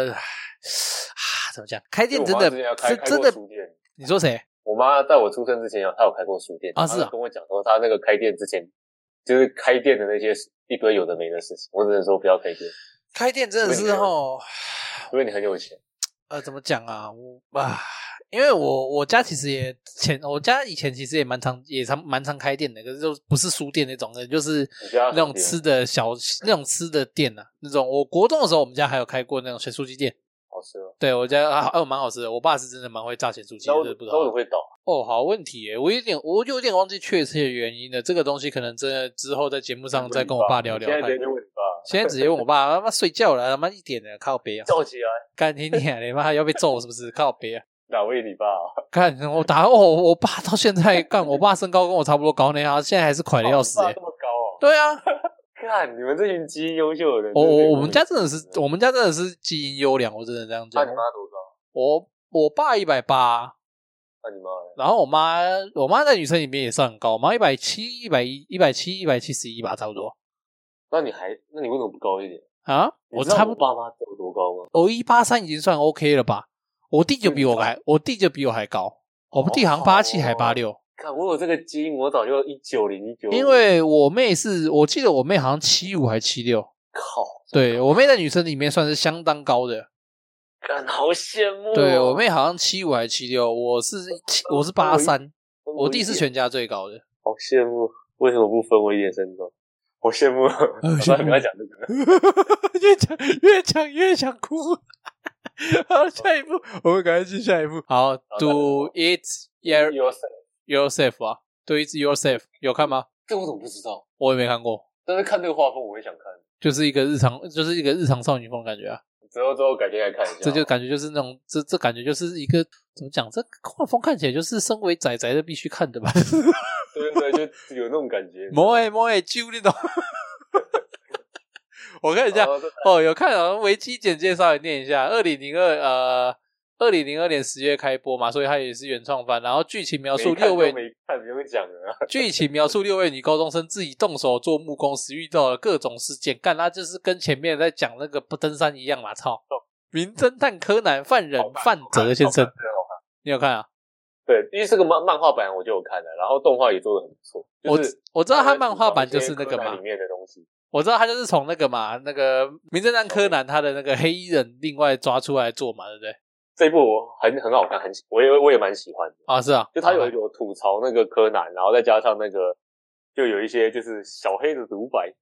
怎么讲？开店真的是真的。你说谁？ 我妈在我出生之前她有开过书店是跟我讲说她那个开店之前就是开店的那些一堆有的没的事情，我只能说不要开店。 开店真的是因为你很有钱。 怎么讲啊？因为我家其实我家以前其实也蛮常开店的，可是就不是书店那种的，就是那种吃的店啊，那种我国中的时候我们家还有开过那种咸酥鸡店， 好吃哦。 对，我家蛮好吃的，我爸是真的蛮会炸咸酥鸡的，不知道会倒哦，好问题耶，我有点忘记确切的原因了。这个东西可能真的之后在节目上再跟我爸聊聊。 现在直接问你爸。 现在直接问我爸，他妈睡觉了，他妈1点了，靠北啊！ 叫起来， 干你娘的妈，要被揍是不是？靠北啊！ 哪位你爸？ 看我打我爸到现在干，我爸身高跟我差不多高那样，现在还是快的要死。 爸这么高哦？ 对啊， 看你们这群基因优秀的人。 我们家真的是基因优良，我真的这样讲。 那你妈多高？ 我爸180。 那你妈呢？ 然后我妈在女生里面也算很高，我妈170、171吧，差不多。 那你为什么不高一点啊？我差不多。爸妈有多高吗？ 我183已经算 OK 了吧？我弟就比我还高，我弟好像87还86。 看我有这个基因，我早就190。 因为我记得我妹好像75还76。 靠！ 对，我妹在女生里面算是相当高的。 干，好羡慕。 对，我妹好像75还76，我是83，我弟是全家最高的。 好羡慕，为什么不分我一点身高？好羡慕。我不要讲这个， 越讲越想哭。好，下一步我们赶快去下一步。好 ，Do it yourself 啊 ，Do it yourself 有看吗？ 这我怎么不知道？ 我也没看过， 但是看这个画风我也想看， 就是一个日常少女风感觉啊。 之后改天来看一下。 这就感觉就是那种这感觉就是一个怎么讲？这画风看起来就是身为宅宅的必须看的吧？ 对，就有那种感觉。 摸揪那种。我看一下有看好像维基简介稍微念一下，2002年10月开播嘛，所以它也是原创番。然后剧情描述6位， 没看不用讲了。 剧情描述6位女高中生自己动手做木工时遇到了各种事件，干，那就是跟前面在讲那个不登山一样嘛，操！名侦探柯南犯泽先生，你有看啊？ 对，因为这个漫画版我就有看了，然后动画也做得很不错。 我知道他漫画版就是那个嘛， 里面的东西。 我知道他就是从那个嘛，那个名侦探柯南他的那个黑衣人另外抓出来做嘛，对不对？ 这一部很好看，我也蛮喜欢的啊，是啊， 就他有吐槽那个柯南，然后再加上那个就有一些就是小黑的独白，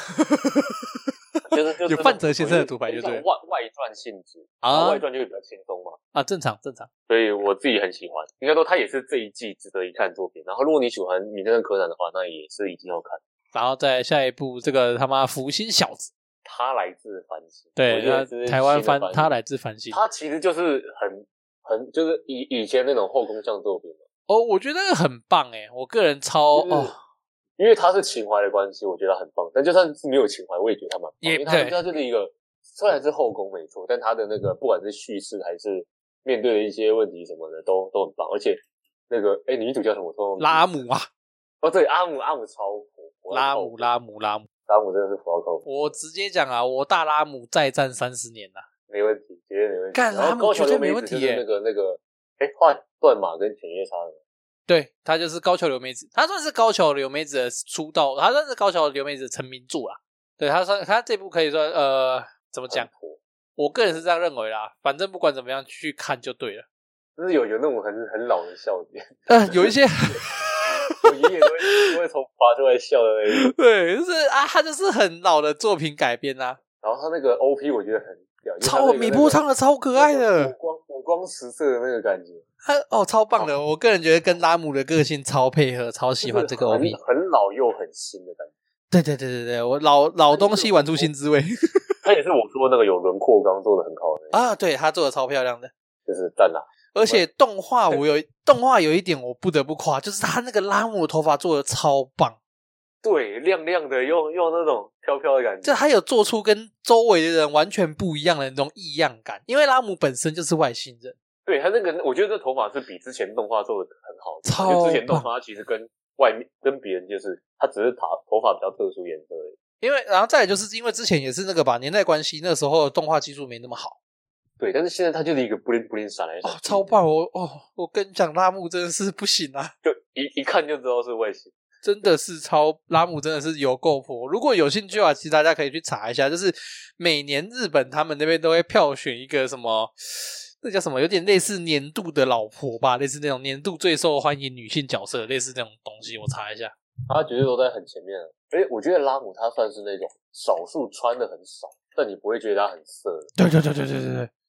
就是有范泽先生的独白，就对外传性质啊，外传就会比较轻松嘛啊，正常， 所以我自己很喜欢，应该说他也是这一季值得一看的作品。然后如果你喜欢名侦探柯南的话，那也是一定要看。 然后再下一部这个他妈福星小子， 他来自繁星， 对，台湾翻他来自繁星， 他其实就是很就是以前那种后宫向作品嘛。 哦，我觉得很棒诶，我个人超因为他是情怀的关系，我觉得他很棒。但就算是没有情怀，我也觉得他蛮棒，因为他就是一个虽然是后宫没错，但他的那个不管是叙事还是面对的一些问题什么的都很棒。而且那个女主叫什么？ 拉姆啊。 哦，对，阿姆超火， 拉姆真的是火靠谱。 我直接讲啊，我大拉姆再战30年啦， 没问题，绝对没问题。 干拉姆绝对没问题耶。 那个，画断马跟犬夜叉的。 对，他就是高桥留美子，他算是高桥留美子的出道，他算是高桥留美子的成名作啦。对，他这部可以说怎么讲？我个人是这样认为啦，反正不管怎么样去看就对了。 就是有那种很老的笑点， 有一些。 我爷爷都会从爬出来笑的那种。 对，就是啊，他就是很老的作品改编啊。 然后他那个 OP 我觉得很屌， 超米波唱的超可爱的， 五光十色的那个感觉。 超棒的！我个人觉得跟拉姆的个性超配合，超喜欢这个 OP， 很老又很新的感觉。 对，我老东西玩出新滋味。 他也是我说那个有轮廓刚做的很好的啊，对他做的超漂亮的， 就是赞啦。 而且动画有一点我不得不夸，就是他那个拉姆的头发做的超棒， 对，亮亮的，用那种飘飘的感觉， 就他有做出跟周围的人完全不一样的那种异样感，因为拉姆本身就是外星人。 对，他那个，我觉得这头发是比之前动画做的很好的， 超棒。 因为之前动画其实跟别人就是他只是头发比较特殊颜色而已。 因为然后再来就是因为之前也是那个吧年代关系，那时候动画技术没那么好。 对，但是现在它就是一个布灵闪来闪去， 超棒！我跟你讲，拉姆真的是不行啊， 就一看就知道是外星， 真的是拉姆真的是有够婆。如果有兴趣的话，其实大家可以去查一下，就是每年日本他们那边都会票选一个什么，那叫什么，有点类似年度的老婆吧，类似那种年度最受欢迎女性角色，类似那种东西，我查一下。 他绝对都在很前面了。我觉得拉姆他算是那种少数穿的很少，但你不会觉得他很色。 对。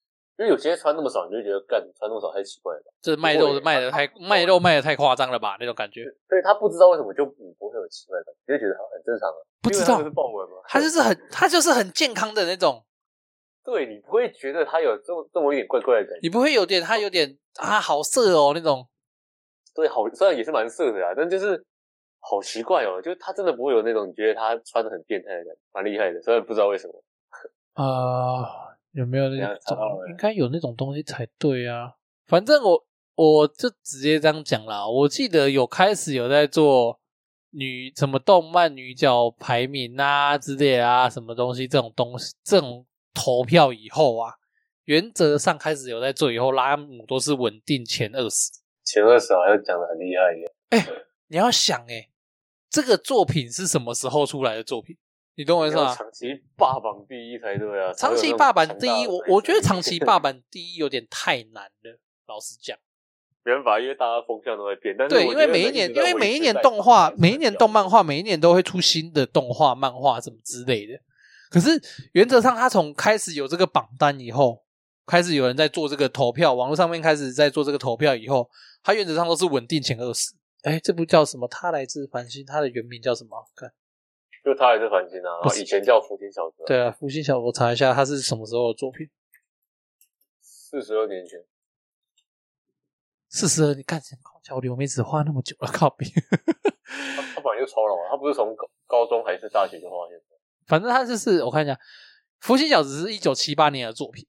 因为有些穿那么少，你就觉得干穿那么少太奇怪了吧？ 这卖肉卖的太夸张了吧？那种感觉。 对，他不知道为什么就不会有奇怪的感觉，就觉得很正常啊。 不知道是豹纹吗？ 他就是很健康的那种。 对，你不会觉得他有这么一点怪怪的感觉， 你不会他有点好色哦那种。 对，好，虽然也是蛮色的啊，但就是好奇怪哦，就他真的不会有那种你觉得他穿的很变态的感觉，蛮厉害的，虽然不知道为什么。 有没有那种？应该有那种东西才对啊。反正我就直接这样讲啦。我记得开始有在做什么动漫女角排名啊之类啊，什么东西这种东西，这种投票以后啊，原则上开始有在做以后，拉姆都是稳定前20。 前20好像讲得很厉害耶。 你要想这个作品是什么时候出来的作品？你懂我意思吗？ 长期霸榜第一才对啊！ 长期霸榜第一，我觉得长期霸榜第一有点太难了。老实讲， 没办法，因为大家风向都会变。但是对，因为每一年动画、每一年动漫画、每一年都会出新的动画、漫画什么之类的。可是原则上，他从开始有这个榜单以后，开始有人在做这个投票，网络上面开始在做这个投票以后，他原则上都是稳定前20。这部叫什么？他来自繁星，他的原名叫什么？看。 就他还是繁星啊，然后以前叫福星小子。 对啊，福星小子，我查一下他是什么时候的作品。 42年前。 42年，干高桥留美子画那么久了，靠北。 他本来就超老了，他不是从高中还是大学就画现在。 反正他就是我看一下，福星小子是1978年的作品。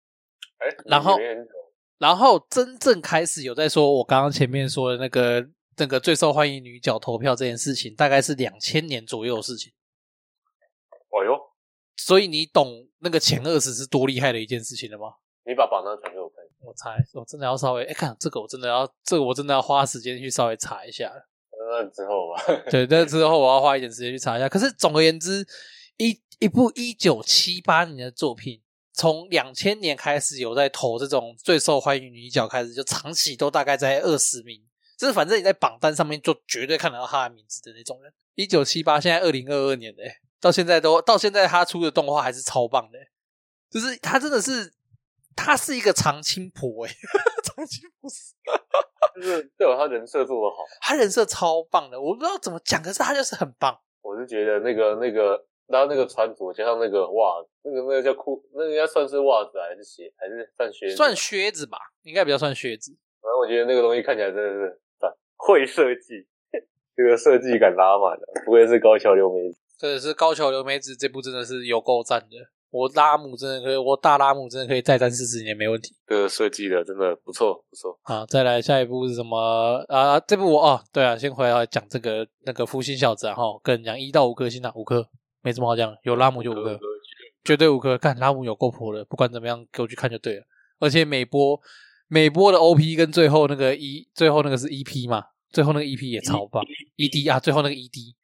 然后真正开始有在说我刚刚前面说的那个最受欢迎女角投票这件事情，大概是2000年左右的事情。 哎呦， 所以你懂那个前20是多厉害的一件事情了吗？ 你把榜单传给我看。 我真的要稍微看这个我真的要花时间去稍微查一下。 那之后吧。 对，那之后我要花一点时间去查一下。可是总而言之，一部1978年的作品，从2000年开始有在投这种最受欢迎女角开始，就长期都大概在20名。就是反正你在榜单上面就绝对看得到他的名字的那种人。1978现在2022年的到现在他出的动画还是超棒的。就是他真的是他是一个长青婆长青婆就是对他人设做得好， 他人设超棒的，我不知道怎么讲，可是他就是很棒。 我是觉得那个然后那个穿着加上那个袜子，那个叫裤，那个应该算是袜子还是鞋，还是算靴子？ 算靴子吧，应该比较算靴子。 反正我觉得那个东西看起来真的是会设计，这个设计感拉满了，不愧是高桥留美子。 真的是高桥留美子这部真的是有够赞的，我大拉姆真的可以再战40年没问题。 这个设计的真的不错不错。 好，再来下一部是什么这部对啊，先回来讲这个那个福星小子跟人讲1到5颗星5颗，没什么好讲，有拉姆就5颗，绝对5颗。干拉姆有够婆的，不管怎么样给我去看就对了。而且美波的 OP 跟最后那个是 EP 嘛，最后那个 EP 也超棒。ED 最后那个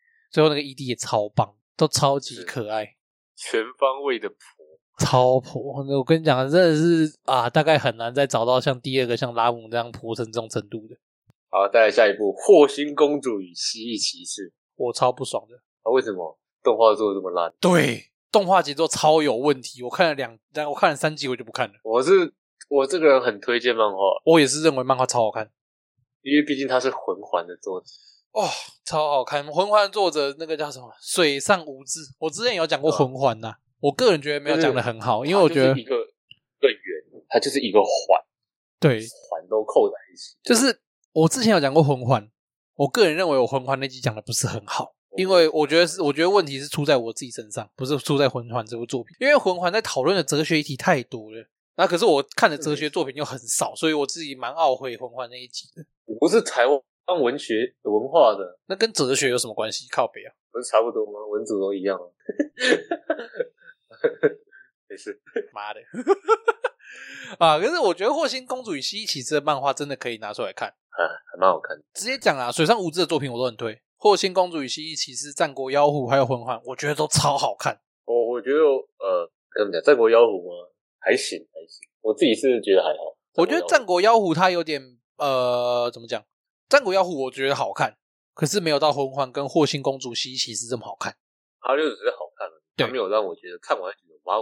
ED 也超棒，都超级可爱， 全方位的婆， 超婆。我跟你讲，真的是大概很难再找到像第二个像拉姆这样婆成这种程度的。 好，再来下一部《霍星公主与蜥蜴骑士》， 我超不爽的。 为什么动画做的这么烂？ 对，动画节奏超有问题。我看了3集，我就不看了。 我这个人很推荐漫画， 我也是认为漫画超好看， 因为毕竟他是魂环的作者。 超好看！魂环的作者那个叫什么？水上无字。我之前有讲过魂环呐，我个人觉得没有讲得很好，因为我觉得一个圆，它就是一个环， 对， 环都扣在一起。 就是我之前有讲过魂环，我个人认为我魂环那集讲的不是很好，因为我觉得问题是出在我自己身上，不是出在魂环这部作品。因为魂环在讨论的哲学议题太多了，可是我看的哲学作品又很少，所以我自己蛮懊悔魂环那一集的。 不是台湾文学文化的， 那跟哲学有什么关系？靠北啊， 不是差不多吗？文组都一样没事， 妈的可是我觉得霍星公主与蜥蜴骑士的漫画真的可以拿出来看， 还蛮好看的。 直接讲水上无字的作品我都很推，霍星公主与蜥蜴骑士、战国妖狐还有魂环，我觉得都超好看。 我觉得跟你讲战国妖狐吗？还行，我自己是觉得还好。 我觉得战国妖狐它有点怎么讲？战国妖狐我觉得好看，可是没有到魂环跟霍星公主蜥蜴骑士这么好看。 它就只是好看了，它没有让我觉得看完觉得哇哦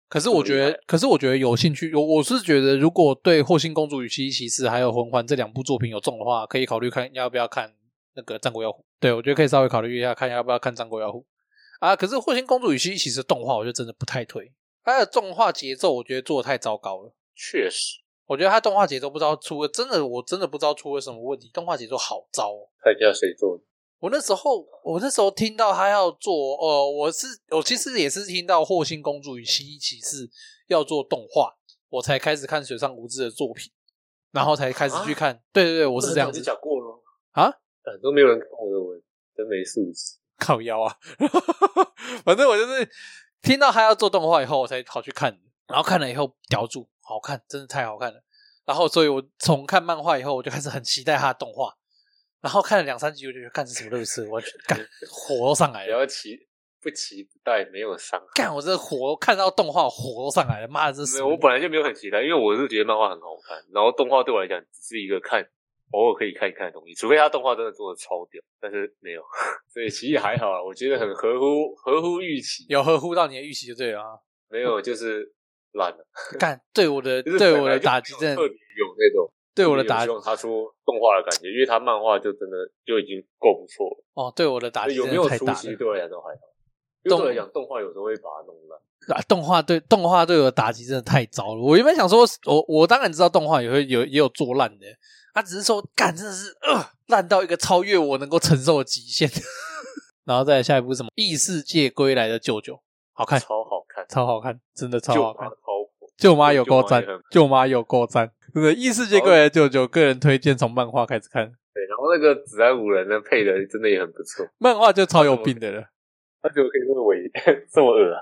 可是我觉得有兴趣，我是觉得如果对《霍星公主与奇异骑士》还有《魂环》这2部作品有中的话，可以考虑看要不要看那个《战国妖狐》。对，我觉得可以稍微考虑一下，看要不要看《战国妖狐》啊。可是《霍星公主与奇异骑士》动画，我就真的不太推，它的动画节奏我觉得做得太糟糕了。 确实， 我觉得它动画节奏不知道出了，我真的不知道出了什么问题，动画节奏好糟哦。 看一下谁做的。 我那时候听到他要做，我其实也是听到《霍星公主与奇异骑士》要做动画，我才开始看水上无志的作品，然后才开始去看。对，我是这样子。 讲过了啊？ 都没有人看我的文，真没素质， 靠腰啊！反正我就是听到他要做动画以后，我才跑去看，然后看了以后叼住，好看，真的太好看了。然后，所以我从看漫画以后，我就开始很期待他的动画。然后看了2-3集，我就觉得干是什么乐色，我干火都上来了。 不要不期不待，没有伤害。 干我这火看到动画火都上来了，妈的这是！ 我本来就没有很期待，因为我是觉得漫画很好看，然后动画对我来讲只是一个偶尔可以看一看的东西，除非他动画真的做的超屌，但是没有，所以其实还好啊，我觉得很合乎预期， 有合乎到你的预期就对了啊。 没有就是烂了。 干对我的打击真的特别有那种。 对我的打击， 希望他出动画的感觉，因为他漫画就真的就已经够不错了。 哦，对我的打击真的太大了。有没有出其实对我来讲都还好。对我来讲，动画有时候会把它弄烂。 动画对我的打击真的太糟了。我原本想说，我当然知道动画也有做烂的，他只是说干真的是烂到一个超越我能够承受的极限。然后再来下一部是什么？异世界归来的舅舅，好看， 超好看， 超好看，真的超好看。 舅妈有够赞，舅妈有够赞。对不对？异世界归来的舅舅，个人推荐从漫画开始看。 对，然后那个子安五人的配的真的也很不错。 漫画就超有病的了， 他怎么可以这么恶啊？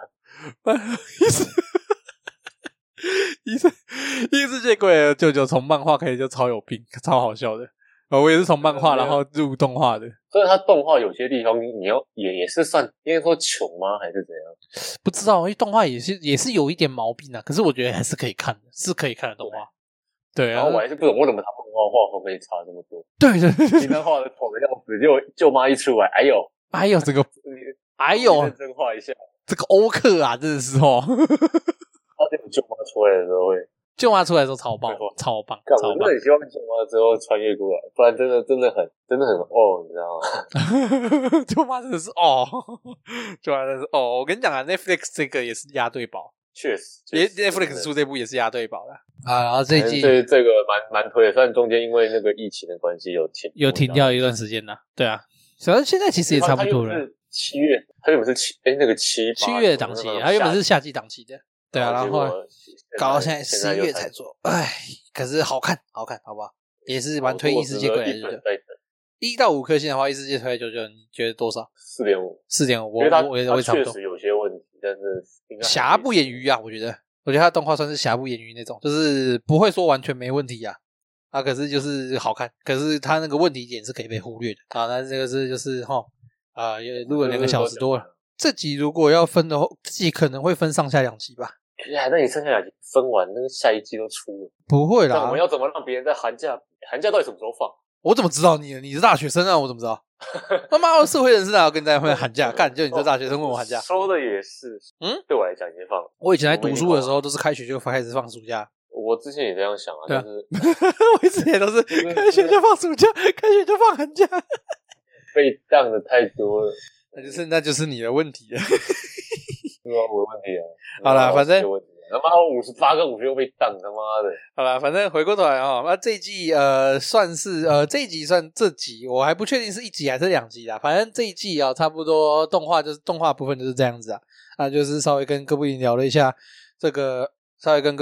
异世界归来的舅舅从漫画开始就超有病，超好笑的。我也是从漫画然后入动画的。 所以他动画有些地方你要也是算应该说穷吗还是怎样？ 不知道，因为动画也是有一点毛病啊。可是我觉得还是可以看的，是可以看的动画。对啊， 然后我还是不懂为什么他漫画画风可以差这么多。 对， 平常画的丑的要死，舅妈一出来，哎呦这个，认真画一下， 这个欧克啊，真的是哦。 他这种舅妈出来的时候舅妈出来的时候超棒。 我真的很希望舅妈之后穿越过来，不然真的很你知道吗？舅妈真的是舅妈真的是我跟你讲啊 ，Netflix 这个也是押对宝。 确实 ，Netflix 出这部也是押对宝的啊。然后这一季这个蛮推的，虽然中间因为那个疫情的关系有停掉一段时间啦。对啊，反正现在其实也差不多了。 7月，他原本是那个7 月档期，他原本是夏季档期的。对啊，然后搞到现在11月才做，可是好看，好不好？也是蛮推异世界归来的。1到5颗星的话，异世界归来舅舅，你觉得多少？4.5， 因为它确我也差不多。 实有些问题，但是瑕不掩瑜啊，我觉得他的动画算是瑕不掩瑜那种，就是不会说完全没问题啊。可是就是好看，可是他那个问题点是可以被忽略的。那这个是就是也录了2个小时多了。这集如果要分的话，这集可能会分上下2集吧。 那你剩下2集分完，那个下一季都出了。 不会啦， 我们要怎么让别人在寒假到底什么时候放？ 我怎么知道你是大学生啊？我怎么知道？他妈社会人士哪有跟你在寒假？干就你这大学生问我寒假？ 说的也是，对我来讲已经放了。 我以前在读书的时候，都是开学就开始放暑假。 我之前也这样想啊，但是我之前都是开学就放暑假，开学就放寒假， 被当的太多了。 那就是你的问题了。 是啊，我的问题啊。 好啦，反正他妈58跟50又被当，他妈的。 好啦，反正回过头来那这一季算是这一集算这集，我还不确定是1集还是2集啦。反正这一季差不多动画部分就是这样子啊。就是稍微跟各位聊了一下这个，这个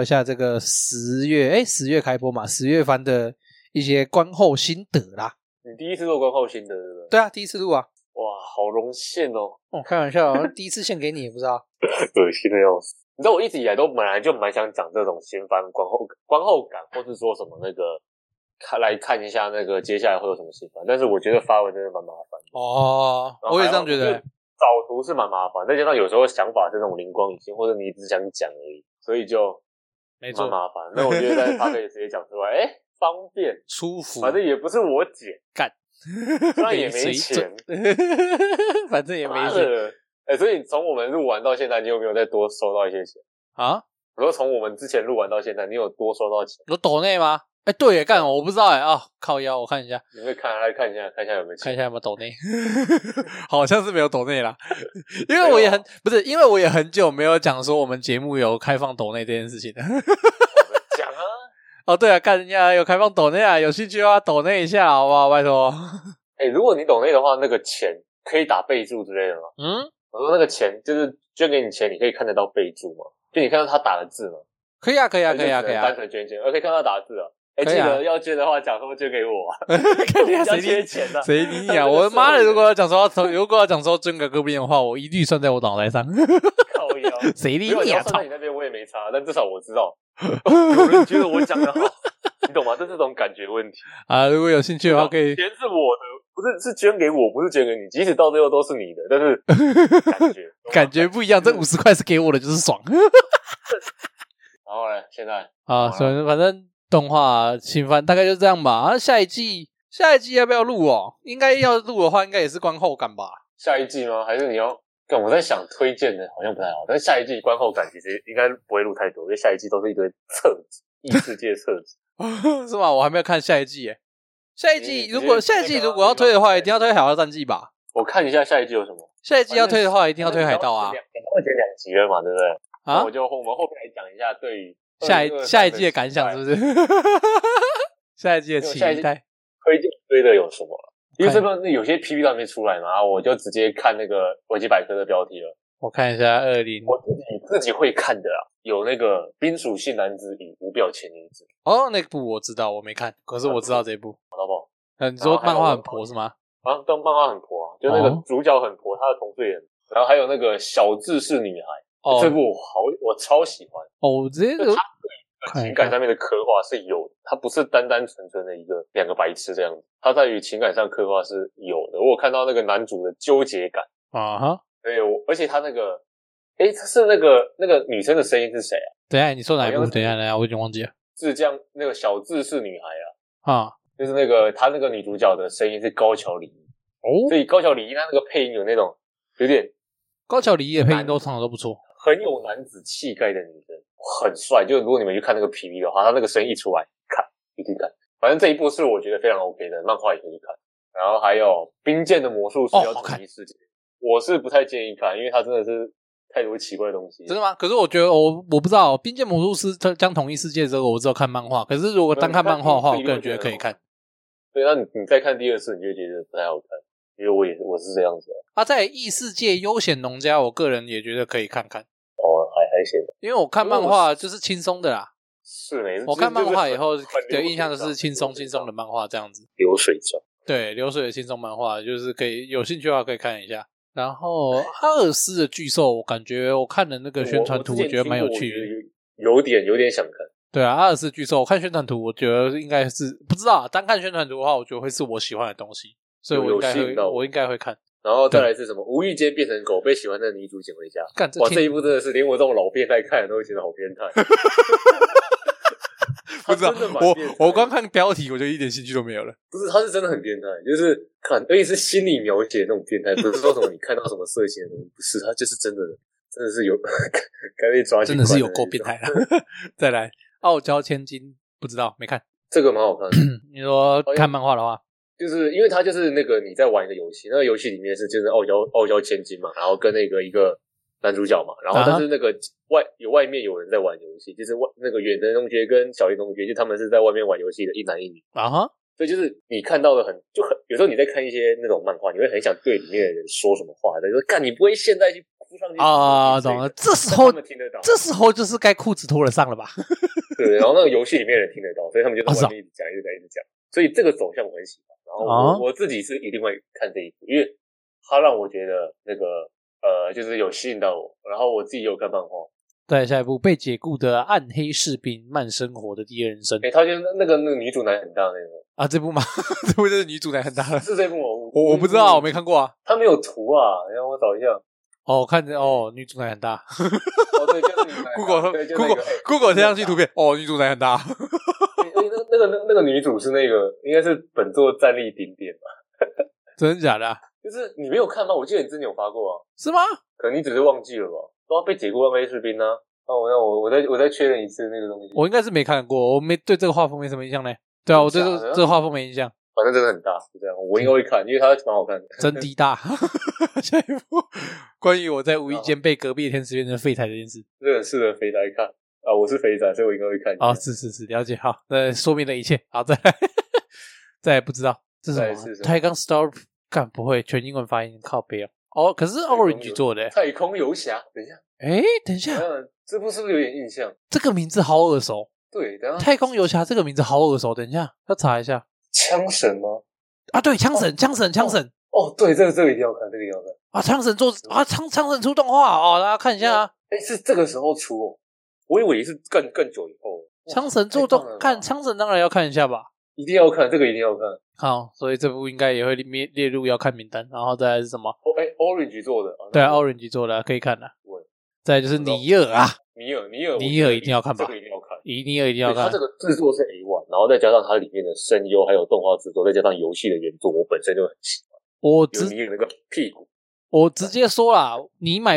10月开播嘛，10月番的一些观后心得啦。 你第一次做观后心得对不对？ 对啊，第一次录啊。 哇，好荣幸哦！ 开玩笑，第一次献给你也不知道， 恶心的要死。你知道我一直以来都本来就蛮想讲这种新番观后感，或是说什么那个来看一下那个接下来会有什么新番，但是我觉得发文真的蛮麻烦的。 我也这样觉得。 找图是蛮麻烦，再加上有时候想法是那种灵光一现，或者你只想讲而已，所以就蛮麻烦。那我觉得在它可以直接讲出来，方便舒服， 反正也不是我剪干。 虽然也没钱， 反正也没钱。 所以从我们录完到现在，你有没有再多收到一些钱？ 啊？ 我说从我们之前录完到现在，你有多收到钱？ 有抖内吗？对耶，干我不知道耶靠腰，我看一下。 你会来看一下有没有钱？ 看一下有没有抖内，好像是没有抖内啦。因为我也因为我也很久没有讲说我们节目有开放抖内这件事情了。 讲啊！ 对啊，干人家有开放抖内啊，有兴趣的话抖内一下好不好？拜托。 如果你抖内的话，那个钱可以打备注之类的吗？我说那个钱就是捐给你钱，你可以看得到备注吗？就你看到他打的字吗？ 可以啊。 单纯捐钱，可以看到他打的字啊。记得要捐的话，讲说捐给我看你谁缺钱啊？ 谁理你啊？我的妈的！如果要讲说捐给隔壁的话，我一律算在我脑袋上。 靠腰， 谁理你啊？ 算在你那边我也没差，但至少我知道有人觉得我讲的好，你懂吗？这种感觉问题啊。如果有兴趣的话，可以。 钱是我的，不是捐给我，不是捐给你，即使到最后都是你的，但是感觉不一样。这50块是给我的，就是爽。 然后呢？现在反正。动画新番大概就这样吧。下一季要不要录哦？应该要录的话，应该也是观后感吧。 下一季吗？还是你要？我在想推荐的好像不太好，但是下一季观后感其实应该不会录太多，因为下一季都是一堆册子，异世界册子。 是吗？我还没有看下一季耶。下一季如果要推的话，一定要推《海盗战记》吧。 我看一下下一季有什么。 下一季要推的话，一定要推海盗啊。 会剪2集了嘛，对不对？啊，我们后面来讲一下对于。 下一季的感想是不是？下一季的期待推荐推的有什么？因为这边有些 PV 都还没出来嘛，我就直接看那个维基百科的标题了。 我看一下我自己会看的啦，有那个《冰属性男子与无表前女子》。 那部我知道，我没看，可是我知道这部。 好不好？ 你说漫画很婆是吗？ 对，漫画很婆啊，就那个主角很婆，他的同岁人。然后还有那个小智是女孩。这部我超喜欢我直接就他情感上面的刻画是有的，他不是单单纯纯的两个白痴这样子，他在于情感上刻画是有的。我有看到那个男主的纠结感对，而且他那个他是那个女生的声音是谁啊？ 等一下你说哪一部？等一下我已经忘记了。 是这样，那个小智是女孩啊就是他那个女主角的声音是高桥李依所以高桥李依她那个配音有那种有点。 高桥李依的配音都唱的都不错， 很有男子气概的女生，很帅。就如果你们去看那个 PV 的话，他那个声音一出来，一定看。反正这一部是我觉得非常 OK 的，漫画也可以看。然后还有《冰剑的魔术师要统一世界》，我是不太建议看，因为它真的是太多奇怪的东西。 真的吗？可是我觉得我不知道，《冰剑魔术师》将统一世界这个我只有看漫画，可是如果单看漫画的话，我个人觉得可以看。 对，那你再看第二次，你就觉得不太好看。因为我是这样子在异世界悠闲农家，我个人也觉得可以看看。 还行。 因为我看漫画就是轻松的啦。 是没错。 我看漫画以后的印象就是轻松的漫画这样子。 流水账。对， 流水的轻松漫画就是可以有兴趣的话可以看一下。然后阿尔斯的巨兽，我感觉我看的那个宣传图，我觉得蛮有趣的， 有点想看。 对啊，阿尔斯巨兽，我看宣传图，我觉得应该是不知道，单看宣传图的话，我觉得会是我喜欢的东西。所以我应该会看。 然后再来是什么？无意间变成狗，被喜欢的女主捡回家。这一部真的是连我这种老变态看都会觉得好变态。 不知道，我光看标题我就一点兴趣都没有了。 不是，他是真的很变态，就是看，而且是心理描写那种变态，不是说什么你看到什么色情的东西，不是，他就是真的是有该被抓起， 真的是有够变态了。再来，傲娇千金，不知道没看， 这个蛮好看的。 你说看漫画的话。 就是因为它就是那个你在玩一个游戏，那个游戏里面是就是傲娇千金嘛，然后跟那个一个男主角嘛，然后但是那个外面有人在玩游戏，就是那个远藤同学跟小林同学，就他们是在外面玩游戏的一男一女所以就是你看到的就很有时候你在看一些那种漫画，你会很想对里面的人说什么话，说干你不会现在去扑上去懂了，这时候就是该裤子脱了上了吧？ 对，然后那个游戏里面的人听得到，所以他们就在外面一直讲，所以这个走向我很喜欢。然后我自己是一定会看这一部，因为它让我觉得那个就是有吸引到我，然后我自己有看漫画。 对，下一部被解雇的暗黑士兵慢生活的第二人生。 他就是那个女主奶很大那个这部吗？这部就是女主奶很大了， 是这部吗？ 我不知道，我没看过啊。 他没有图啊，让我找一下。 我看着女主奶很大。 对，就是女奶。 Google 贴上去图片，女主奶很大。 那个女主是那个应该是本作战力顶点吧？ 真的假的？ 就是你没有看吗？我记得你之前有发过啊。 是吗？ 可能你只是忘记了吧？都要被解雇暗黑士兵啊。 我再确认一次那个东西。 我应该是没看过，我没对这个画风没什么印象呢。对啊，我对这个画风没印象。 反正真的很大，是这样。我应该会看，因为它蛮好看的。 真的大。下一部关于我在无意间被隔壁的天使变成废材这件事， 这个很适合肥宅看啊！我是肥宅，所以我应该会看。 哦，是，了解。好，那说明了一切。好，再来，再来不知道这是什么？太空 Star 干不会全英文发音靠背哦，可是 Orange 做的太空游侠。等一下， 等一下， 这部是不是有点印象？ 这个名字好耳熟。 对，等一下， 太空游侠这个名字好耳熟。等一下，要查一下。 枪神吗？ 啊，对，枪神。 哦，对，这个一定要看，这个一定要看啊！枪神做啊，枪神出动画哦，大家看一下啊。 是这个时候出哦，我以为是更久以后。 枪神做动看枪神当然要看一下吧， 一定要看，这个一定要看。 好，所以这部应该也会列入要看名单。然后再来是什么 ？Orange 做的， 对啊 ，Orange 做的可以看的。再来就是尼尔啊，尼尔一定要看吧， 这个一定要看， 尼尔一定要看。 它这个制作是 A1， 然后再加上它里面的声优还有动画制作，再加上游戏的原作，我本身就很喜欢。有尼尔那个屁股。 我直接说啦，你买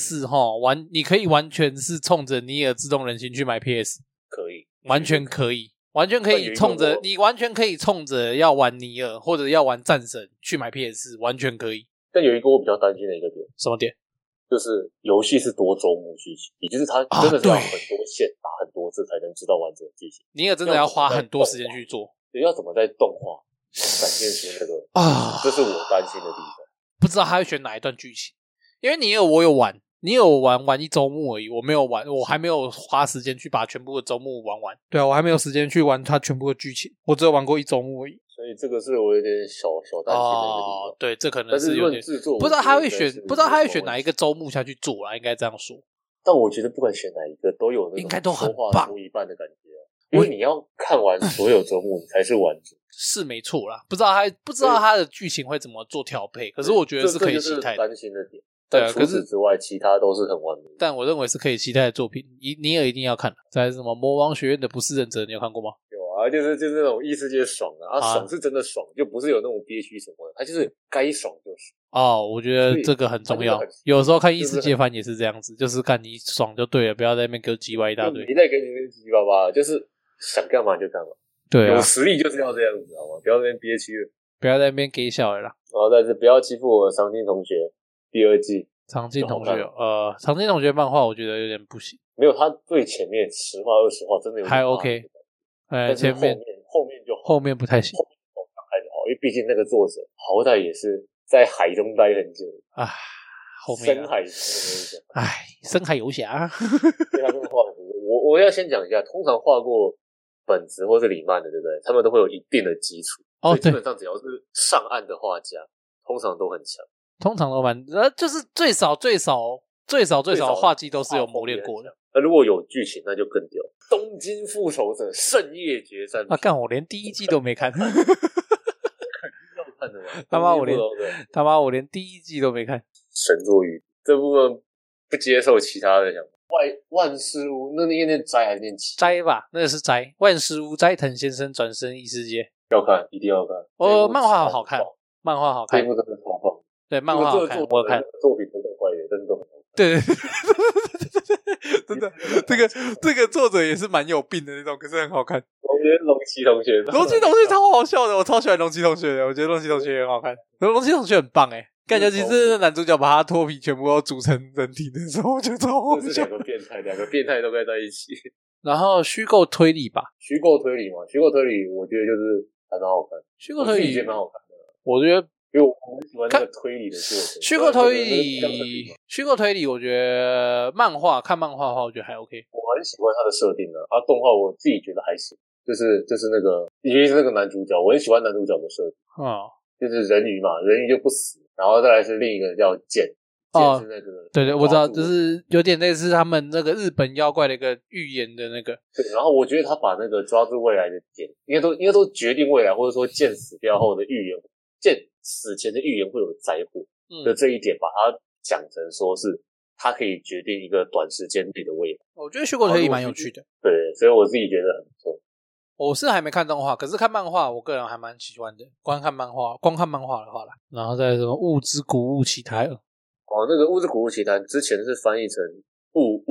PS4 你可以完全是冲着尼尔自动人形去买 PS， 可以， 完全可以冲着你完全可以冲着要玩尼尔或者要玩战神去买 PS4， 完全可以。 但有一个我比较担心的一个点， 什么点？ 就是游戏是多周目剧情，也就是它真的是要很多线打很多次才能知道完整的剧情。 尼尔真的要花很多时间去做， 要怎么在动画展现出那个这是我担心的地方。 不知道他会选哪一段剧情，因为尼尔我有玩，尼尔我玩一周目而已，我没有玩，我还没有花时间去把全部的周目玩完。对啊，我还没有时间去玩它全部的剧情，我只有玩过一周目而已。 所以这个是我有点小担心的一个地方。 对，这可能是有点不知道他会选哪一个周目下去做啦，应该这样说。 但我觉得不管选哪一个都有那种应该都很棒，说一半的感觉。因为你要看完所有周目，你才是完整。 是没错啦，不知道他的剧情会怎么做调配，可是我觉得是可以期待的。 担心的点。对啊，除此之外，其他都是很完美。 但我认为是可以期待的作品，尼尔一定要看。再来是什么魔王学院的不是忍者，你有看过吗？ 有啊，就是那种异世界爽爽是真的爽，就不是有那种憋屈什么的，它就是该爽就爽。 我觉得这个很重要。有时候看异世界番也是这样子，就是看你爽就对了，不要在那边给我叽歪一大堆。 你在给你们叽巴巴，就是想干嘛就干嘛。 对啊， 有实力就是要这样子，好吗？不要在那边憋屈了， 不要在那边给小了啦。 然后但是不要欺负我长津同学。第二季长津同学，长津同学漫画我觉得有点不行。 没有，他最前面10话20话真的有点还 OK， 前面后面不太行。 后面还是好，因为毕竟那个作者好歹也是在海中待很久啊，后面深海深海游侠。 对，他真的画很多。我要先讲一下，通常画过本子或是李漫的，对不对？他们都会有一定的基础，所以基本上只要是上岸的画家，通常都很强。 通常都就是最少画技都是有磨练过的。 如果有剧情，那就更屌。东京复仇者圣夜决战干我连第一季都没看。 肯定要看的嘛。 他妈我连第一季都没看。 神作语这部分不接受其他的想法。万事屋，那念斋还是念七？ 斋吧，那个是斋。万事屋斋藤先生转身异世界， 要看，一定要看。 漫画好看，漫画好看。 这部真的超棒。 对，漫画好看，我看。 作品都很怪的，但是都很好看。 对，真的，这个作者也是蛮有病的那种，可是很好看。 我觉得龙崎同学超好笑的，我超喜欢龙崎同学的，我觉得龙崎同学也很好看。龙崎同学很棒感觉其实男主角把他脱皮全部都组成人体的时候，我觉得超好笑。 两个变态都该在一起。 然后虚构推理吧， 虚构推理嘛，虚构推理我觉得就是还蛮好看。 虚构推理也蛮好看的， 我觉得。 因为我很喜欢那个推理的作者。虚构推理，我觉得看漫画的话，我觉得还 OK。 我很喜欢他的设定的，动画我自己觉得还行。就是那个，因为是那个男主角，我很喜欢男主角的设定。就是人鱼嘛，人鱼就不死，然后再来是另一个叫剑是那个。对， 我知道，就是有点类似他们那个日本妖怪的一个预言的那个。 对，然后我觉得他把那个抓住未来的剑，应该都决定未来，或者说剑死掉后的预言。剑死前的预言会有灾祸的这一点，把它讲成说是它可以决定一个短时间内的未来。 我觉得虚构推理蛮有趣的， 对，所以我自己觉得很不错。 我是还没看动画，可是看漫画，我个人还蛮喜欢的。光看漫画的话啦，然后再什么物之古物奇谭。 那个物之古物奇谭之前是翻译成物语，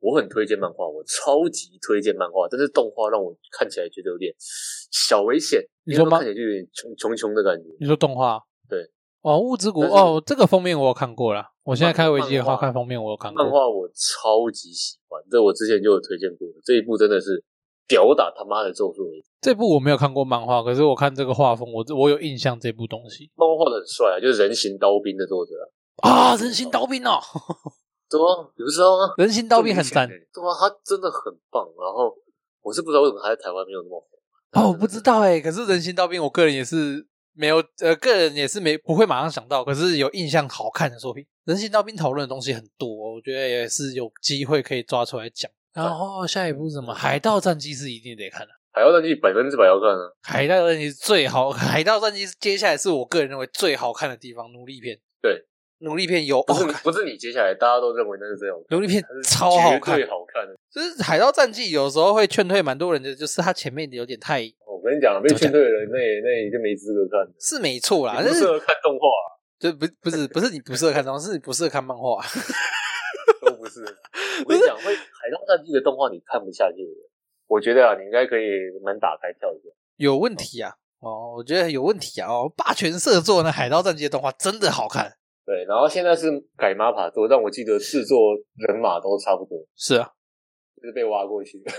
我很推荐漫画，我超级推荐漫画，但是动画让我看起来觉得有点小危险。 你说看起来就有点穷的感觉。 你说动画？ 对。 物之国这个封面我有看过啦。我现在开维基的话看封面我有看过。 漫画我超级喜欢，这我之前就有推荐过，这一部真的是屌打他妈的咒术回战。 这部我没有看过漫画，可是我看这个画风我有印象这部东西。 漫画画得很帅啊，就是人形刀兵的作者人形刀兵哦。 怎么你不知道吗？ 人形刀兵很赞。 对啊，他真的很棒。然后我是不知道为什么他在台湾没有那么红。 我不知道可是人形刀兵我个人也是没有个人也是不会马上想到，可是有印象好看的作品。人形刀兵讨论的东西很多，我觉得也是有机会可以抓出来讲。然后下一部是什么？海盗战记是一定得看的。 海盗战记100%要看啊。 海盗战记最好，海盗战记接下来是我个人认为最好看的地方，努力片。 对， 努力片有不是你接下来大家都认为那是最好看， 努力片超好看， 最好看的。 就是海盗战记有时候会劝退蛮多人的，就是他前面有点太…… 我跟你讲，被劝退的人那就没资格看， 是没错啦， 不适合看动画就不是你不适合看动画，是你不适合看漫画。 都不是。我跟你讲，会海盗战记的动画你看不下去的人，我觉得你应该可以门打开跳一下。 有问题啊！我觉得有问题啊！霸权社做的海盗战记的动画真的好看。 对，然后现在是改 MAPPA 做，但我记得制作人马都差不多。 是啊， 就是被挖过去的。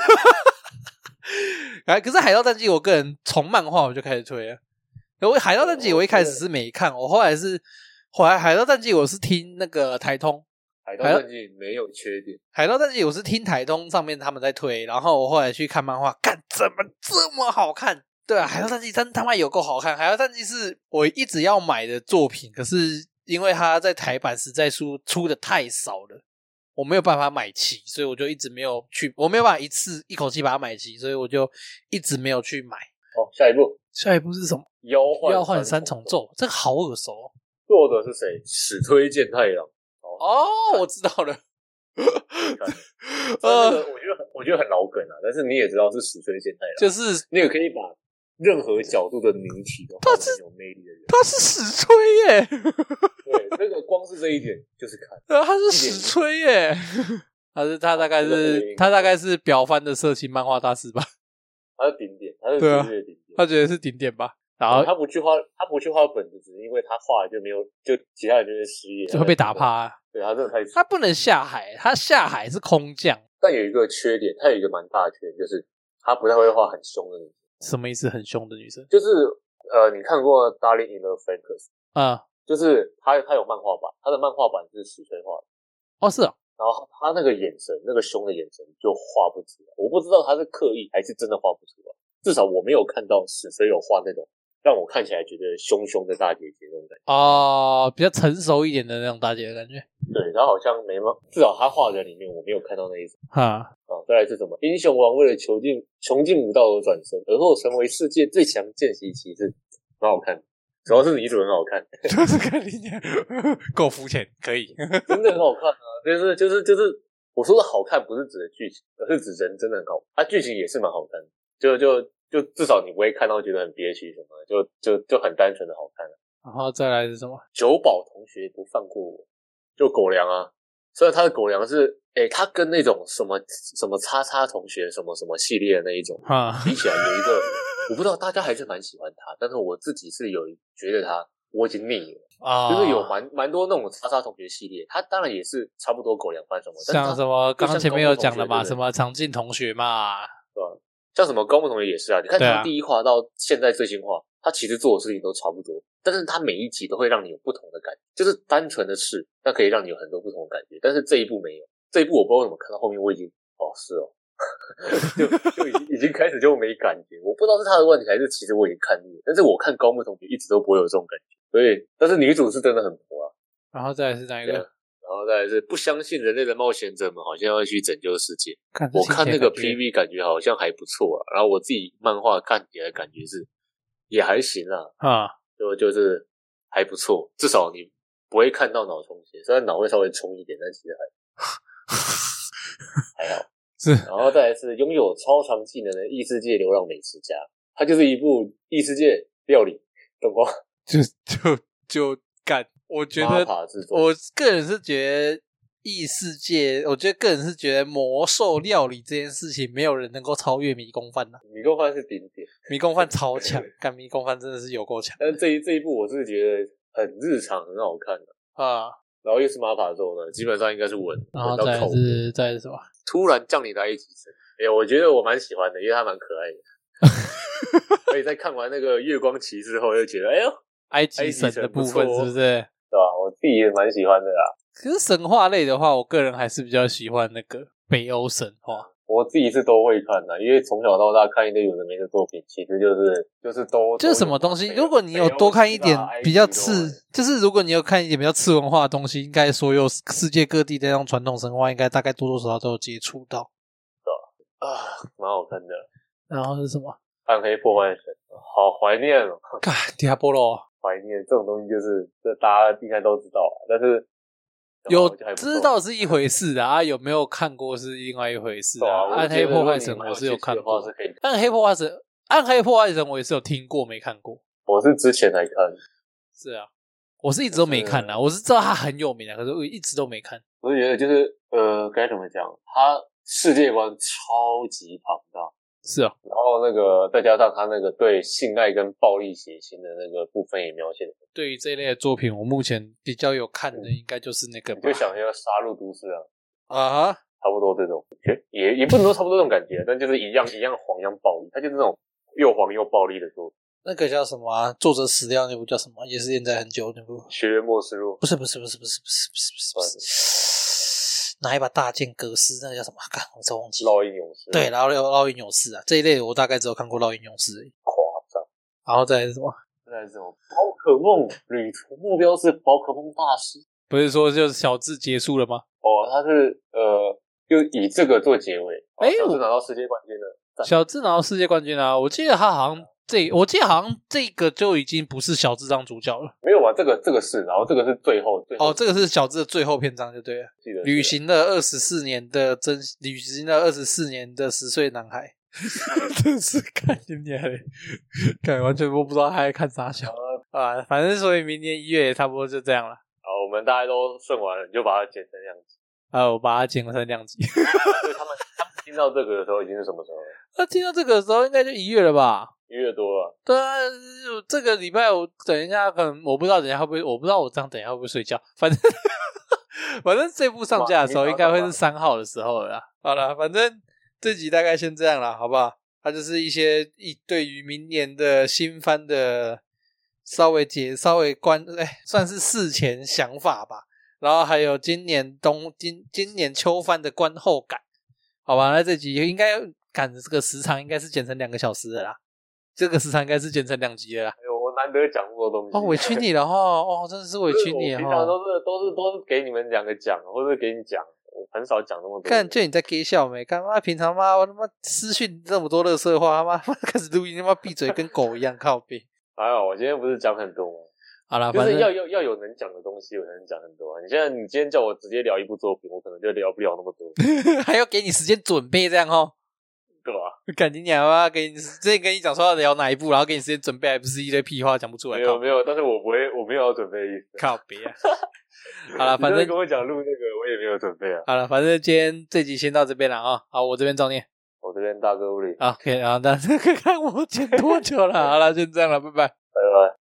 可是海盗战记我个人从漫画我就开始推了。海盗战记我一开始是没看，我后来海盗战记我是听那个台通。 海盗战记没有缺点。 海盗战记我是听台通上面他们在推，然后我后来去看漫画，干怎么这么好看？对啊，海盗战记真他妈有够好看。海盗战记是我一直要买的作品，可是因为它在台版实在出的太少了，我没有办法买齐，所以我就一直没有去，我没有办法一口气把它买齐，所以我就一直没有去买。 下一部是什么？ 妖幻三重奏，这个好耳熟。 作者是谁？史推荐太郎。 我知道了。 我觉得很老梗啊，但是你也知道是史推荐太郎， 就是那个可以把任何角度的名曲都画很有魅力的人。 他是史推耶。 对，那个光是这一点就是看。 他是史推耶。他大概是表番的色情漫画大师吧。 他是顶点，他是绝对顶点。 他觉得是顶点吧。然后他不去画本子，只是因为他画了就没有，就其他人就会失业， 就会被打趴。 对，他真的太他不能下海，他下海是空降。 但有一个缺点，他有一个蛮大的缺点，就是他不太会画很凶的女生。 什么意思？很凶的女生？ 就是你看过《Darling in the Franxx》就是他有漫画版，他的漫画版是史推画的。 是啊。 然后他那个眼神，那个凶的眼神就画不出来。我不知道他是刻意还是真的画不出来，至少我没有看到史推有画那种让我看起来觉得凶凶的大姐姐那种感觉。 比较成熟一点的那种大姐的感觉。 对，他好像没至少他画的里面我没有看到那一种。再来是什么？英雄王为了穷尽武道而转身，而后成为世界最强见习骑士，蛮好看的。主要是女主很好看， 就是看你够肤浅，可以， 真的很好看啊！就是，我说的好看不是指的剧情，而是指人真的很好看。剧情也是蛮好看的，就至少你不会看到觉得很憋屈什么的，就很单纯的好看了。 然后再来是什么？ 久保同学不放过我，就狗粮啊！虽然他的狗粮是，他跟那种什么叉叉同学什么什么系列的那一种比起来，有一个我不知道大家还是蛮喜欢他，但是我自己是有觉得我已经腻了就是有蛮多那种叉叉同学系列，他当然也是差不多狗粮番什么， 像什么刚刚前面有讲的嘛，什么长进同学嘛， 对吧？像什么高木同学也是啊，你看从第一话到现在最新话，他其实做的事情都差不多，但是他每一集都会让你有不同的感觉，就是单纯的事，但可以让你有很多不同的感觉。但是这一部没有，这一部我不知道为什么看到后面我已经是就已经开始就没感觉，我不知道是他的问题还是其实我已经看腻了。但是我看高木同学一直都不会有这种感觉，所以但是女主是真的很婆啊。 然后再来是哪一个？ 然后再来是不相信人类的冒险者们好像要去拯救世界。我看那个 PV 感觉好像还不错啊，然后我自己漫画看起来感觉是也还行啊，就是还不错，至少你不会看到脑充血，虽然脑会稍微充一点，但其实还好。 是， 然后再来是拥有超长技能的异世界流浪美食家，它就是一部异世界料理动画， 就干。我觉得我个人是觉得异世界，我觉得个人是觉得魔兽料理这件事情，没有人能够超越迷宫饭的。 迷宫饭是顶点， 迷宫饭超强，干迷宫饭真的是有够强。 但是这一部我是觉得很日常，很好看的啊。然后又是马法咒呢，基本上应该是稳。 然后再是什么？ 突然降临的埃及神，我觉得我蛮喜欢的，因为他蛮可爱的。所以在看完那个月光骑士后，就觉得哎呦， 埃及神的部分是不是？ 对吧？我自己也蛮喜欢的啦。 可是神话类的话，我个人还是比较喜欢那个北欧神话。 我自己是都会看的，因为从小到大看一堆有的没的作品，其实就是都就是什么东西，如果你有多看一点比较次，就是如果你有看一点比较次文化的东西，应该所有世界各地的那种传统神话，应该大概多多少少都有接触到。 对啊，蛮好看的。 然后是什么？ 暗黑破坏神，好怀念哦！ 迪亚波罗， 怀念这种东西，就是这大家应该都知道，但是。 有知道是一回事啊，有没有看过是另外一回事啊。暗黑破坏神我是有看过，暗黑破坏神我也是有听过没看过。 我是之前才看。是啊，我是一直都没看啊，我是知道他很有名啊，可是我一直都没看。 我就觉得就是该怎么讲，他世界观超级庞大。 是啊， 然后那个再加上他那个对性爱跟暴力血腥的那个部分也描写的。 对于这一类的作品，我目前比较有看的应该就是那个吧， 就想要杀戮都市啊， 差不多这种，也不能说差不多这种感觉，但就是一样黄一样暴力，它就是那种又黄又暴力的作品。 那个叫什么啊？作者死掉那部叫什么？也是连载很久那部《 血月末世录》。 不是，拿一把大剑格斯，那个叫什么？我真忘记。 烙印勇士。对， 然后烙印勇士啊，这一类我大概只有看过烙印勇士而已。 夸张。 然后再来是什么？ 再来是什么？宝可梦旅途目标是宝可梦大师。 不是说就是小智结束了吗？ 他是就以这个做结尾。小智拿到世界冠军了。 小智拿到世界冠军啊！我记得他好像这个就已经不是小智当主角了。 没有吧？这个是，然后这个是最后。 这个是小智的最后篇章就对了。旅行了24年的10岁男孩。真是看今年看完全不知道他在看啥小啊！反正所以明年1月也差不多就这样了。 好，我们大家都顺完了，你就把它剪成2集。 我把它剪成2集。 所以他们听到这个的时候已经是什么时候了？ 他听到这个的时候应该就1月了吧 ？1月多了。 对啊，这个礼拜我等一下可能我不知道等一下会不会，我不知道我这样等一下会不会睡觉。反正这部上架的时候应该会是3号的时候了啦。好了，反正这集大概先这样啦，好不好？它就是对于明年的新番的稍微算是事前想法吧。然后还有今年秋番的观后感，好吧？那这集应该赶这个时长应该是剪成2个小时的啦，这个时长应该是剪成2集的啦。 哎呦，我难得讲这么多东西， 委屈你了哈，真的是委屈你了哈。 平常都是给你们2个讲，或者给你讲，我很少讲那么多。 看，就你在给笑没？干嘛？平常我他妈私讯这么多垃圾话，他妈开始录音，他妈闭嘴跟狗一样靠背。 还好，我今天不是讲很多吗？ 好啦， 就是要有能讲的东西，我才能讲很多。你今天叫我直接聊一部作品，我可能就聊不了那么多。 还要给你时间准备，这样哦。 对吧？ 赶紧讲啊！之前跟你讲说要聊哪一部，然后给你时间准备，还不是一堆屁话讲不出来。 没有，但是我没有要准备的意思。 靠别啊！好了，反正跟我讲录那个，我也没有准备啊。 好了，反正今天这集先到这边了啊。好，我这边照念。 我这边大哥屋里。 OK，然后看我剪多久了。好了，就这样了，拜拜。 拜拜。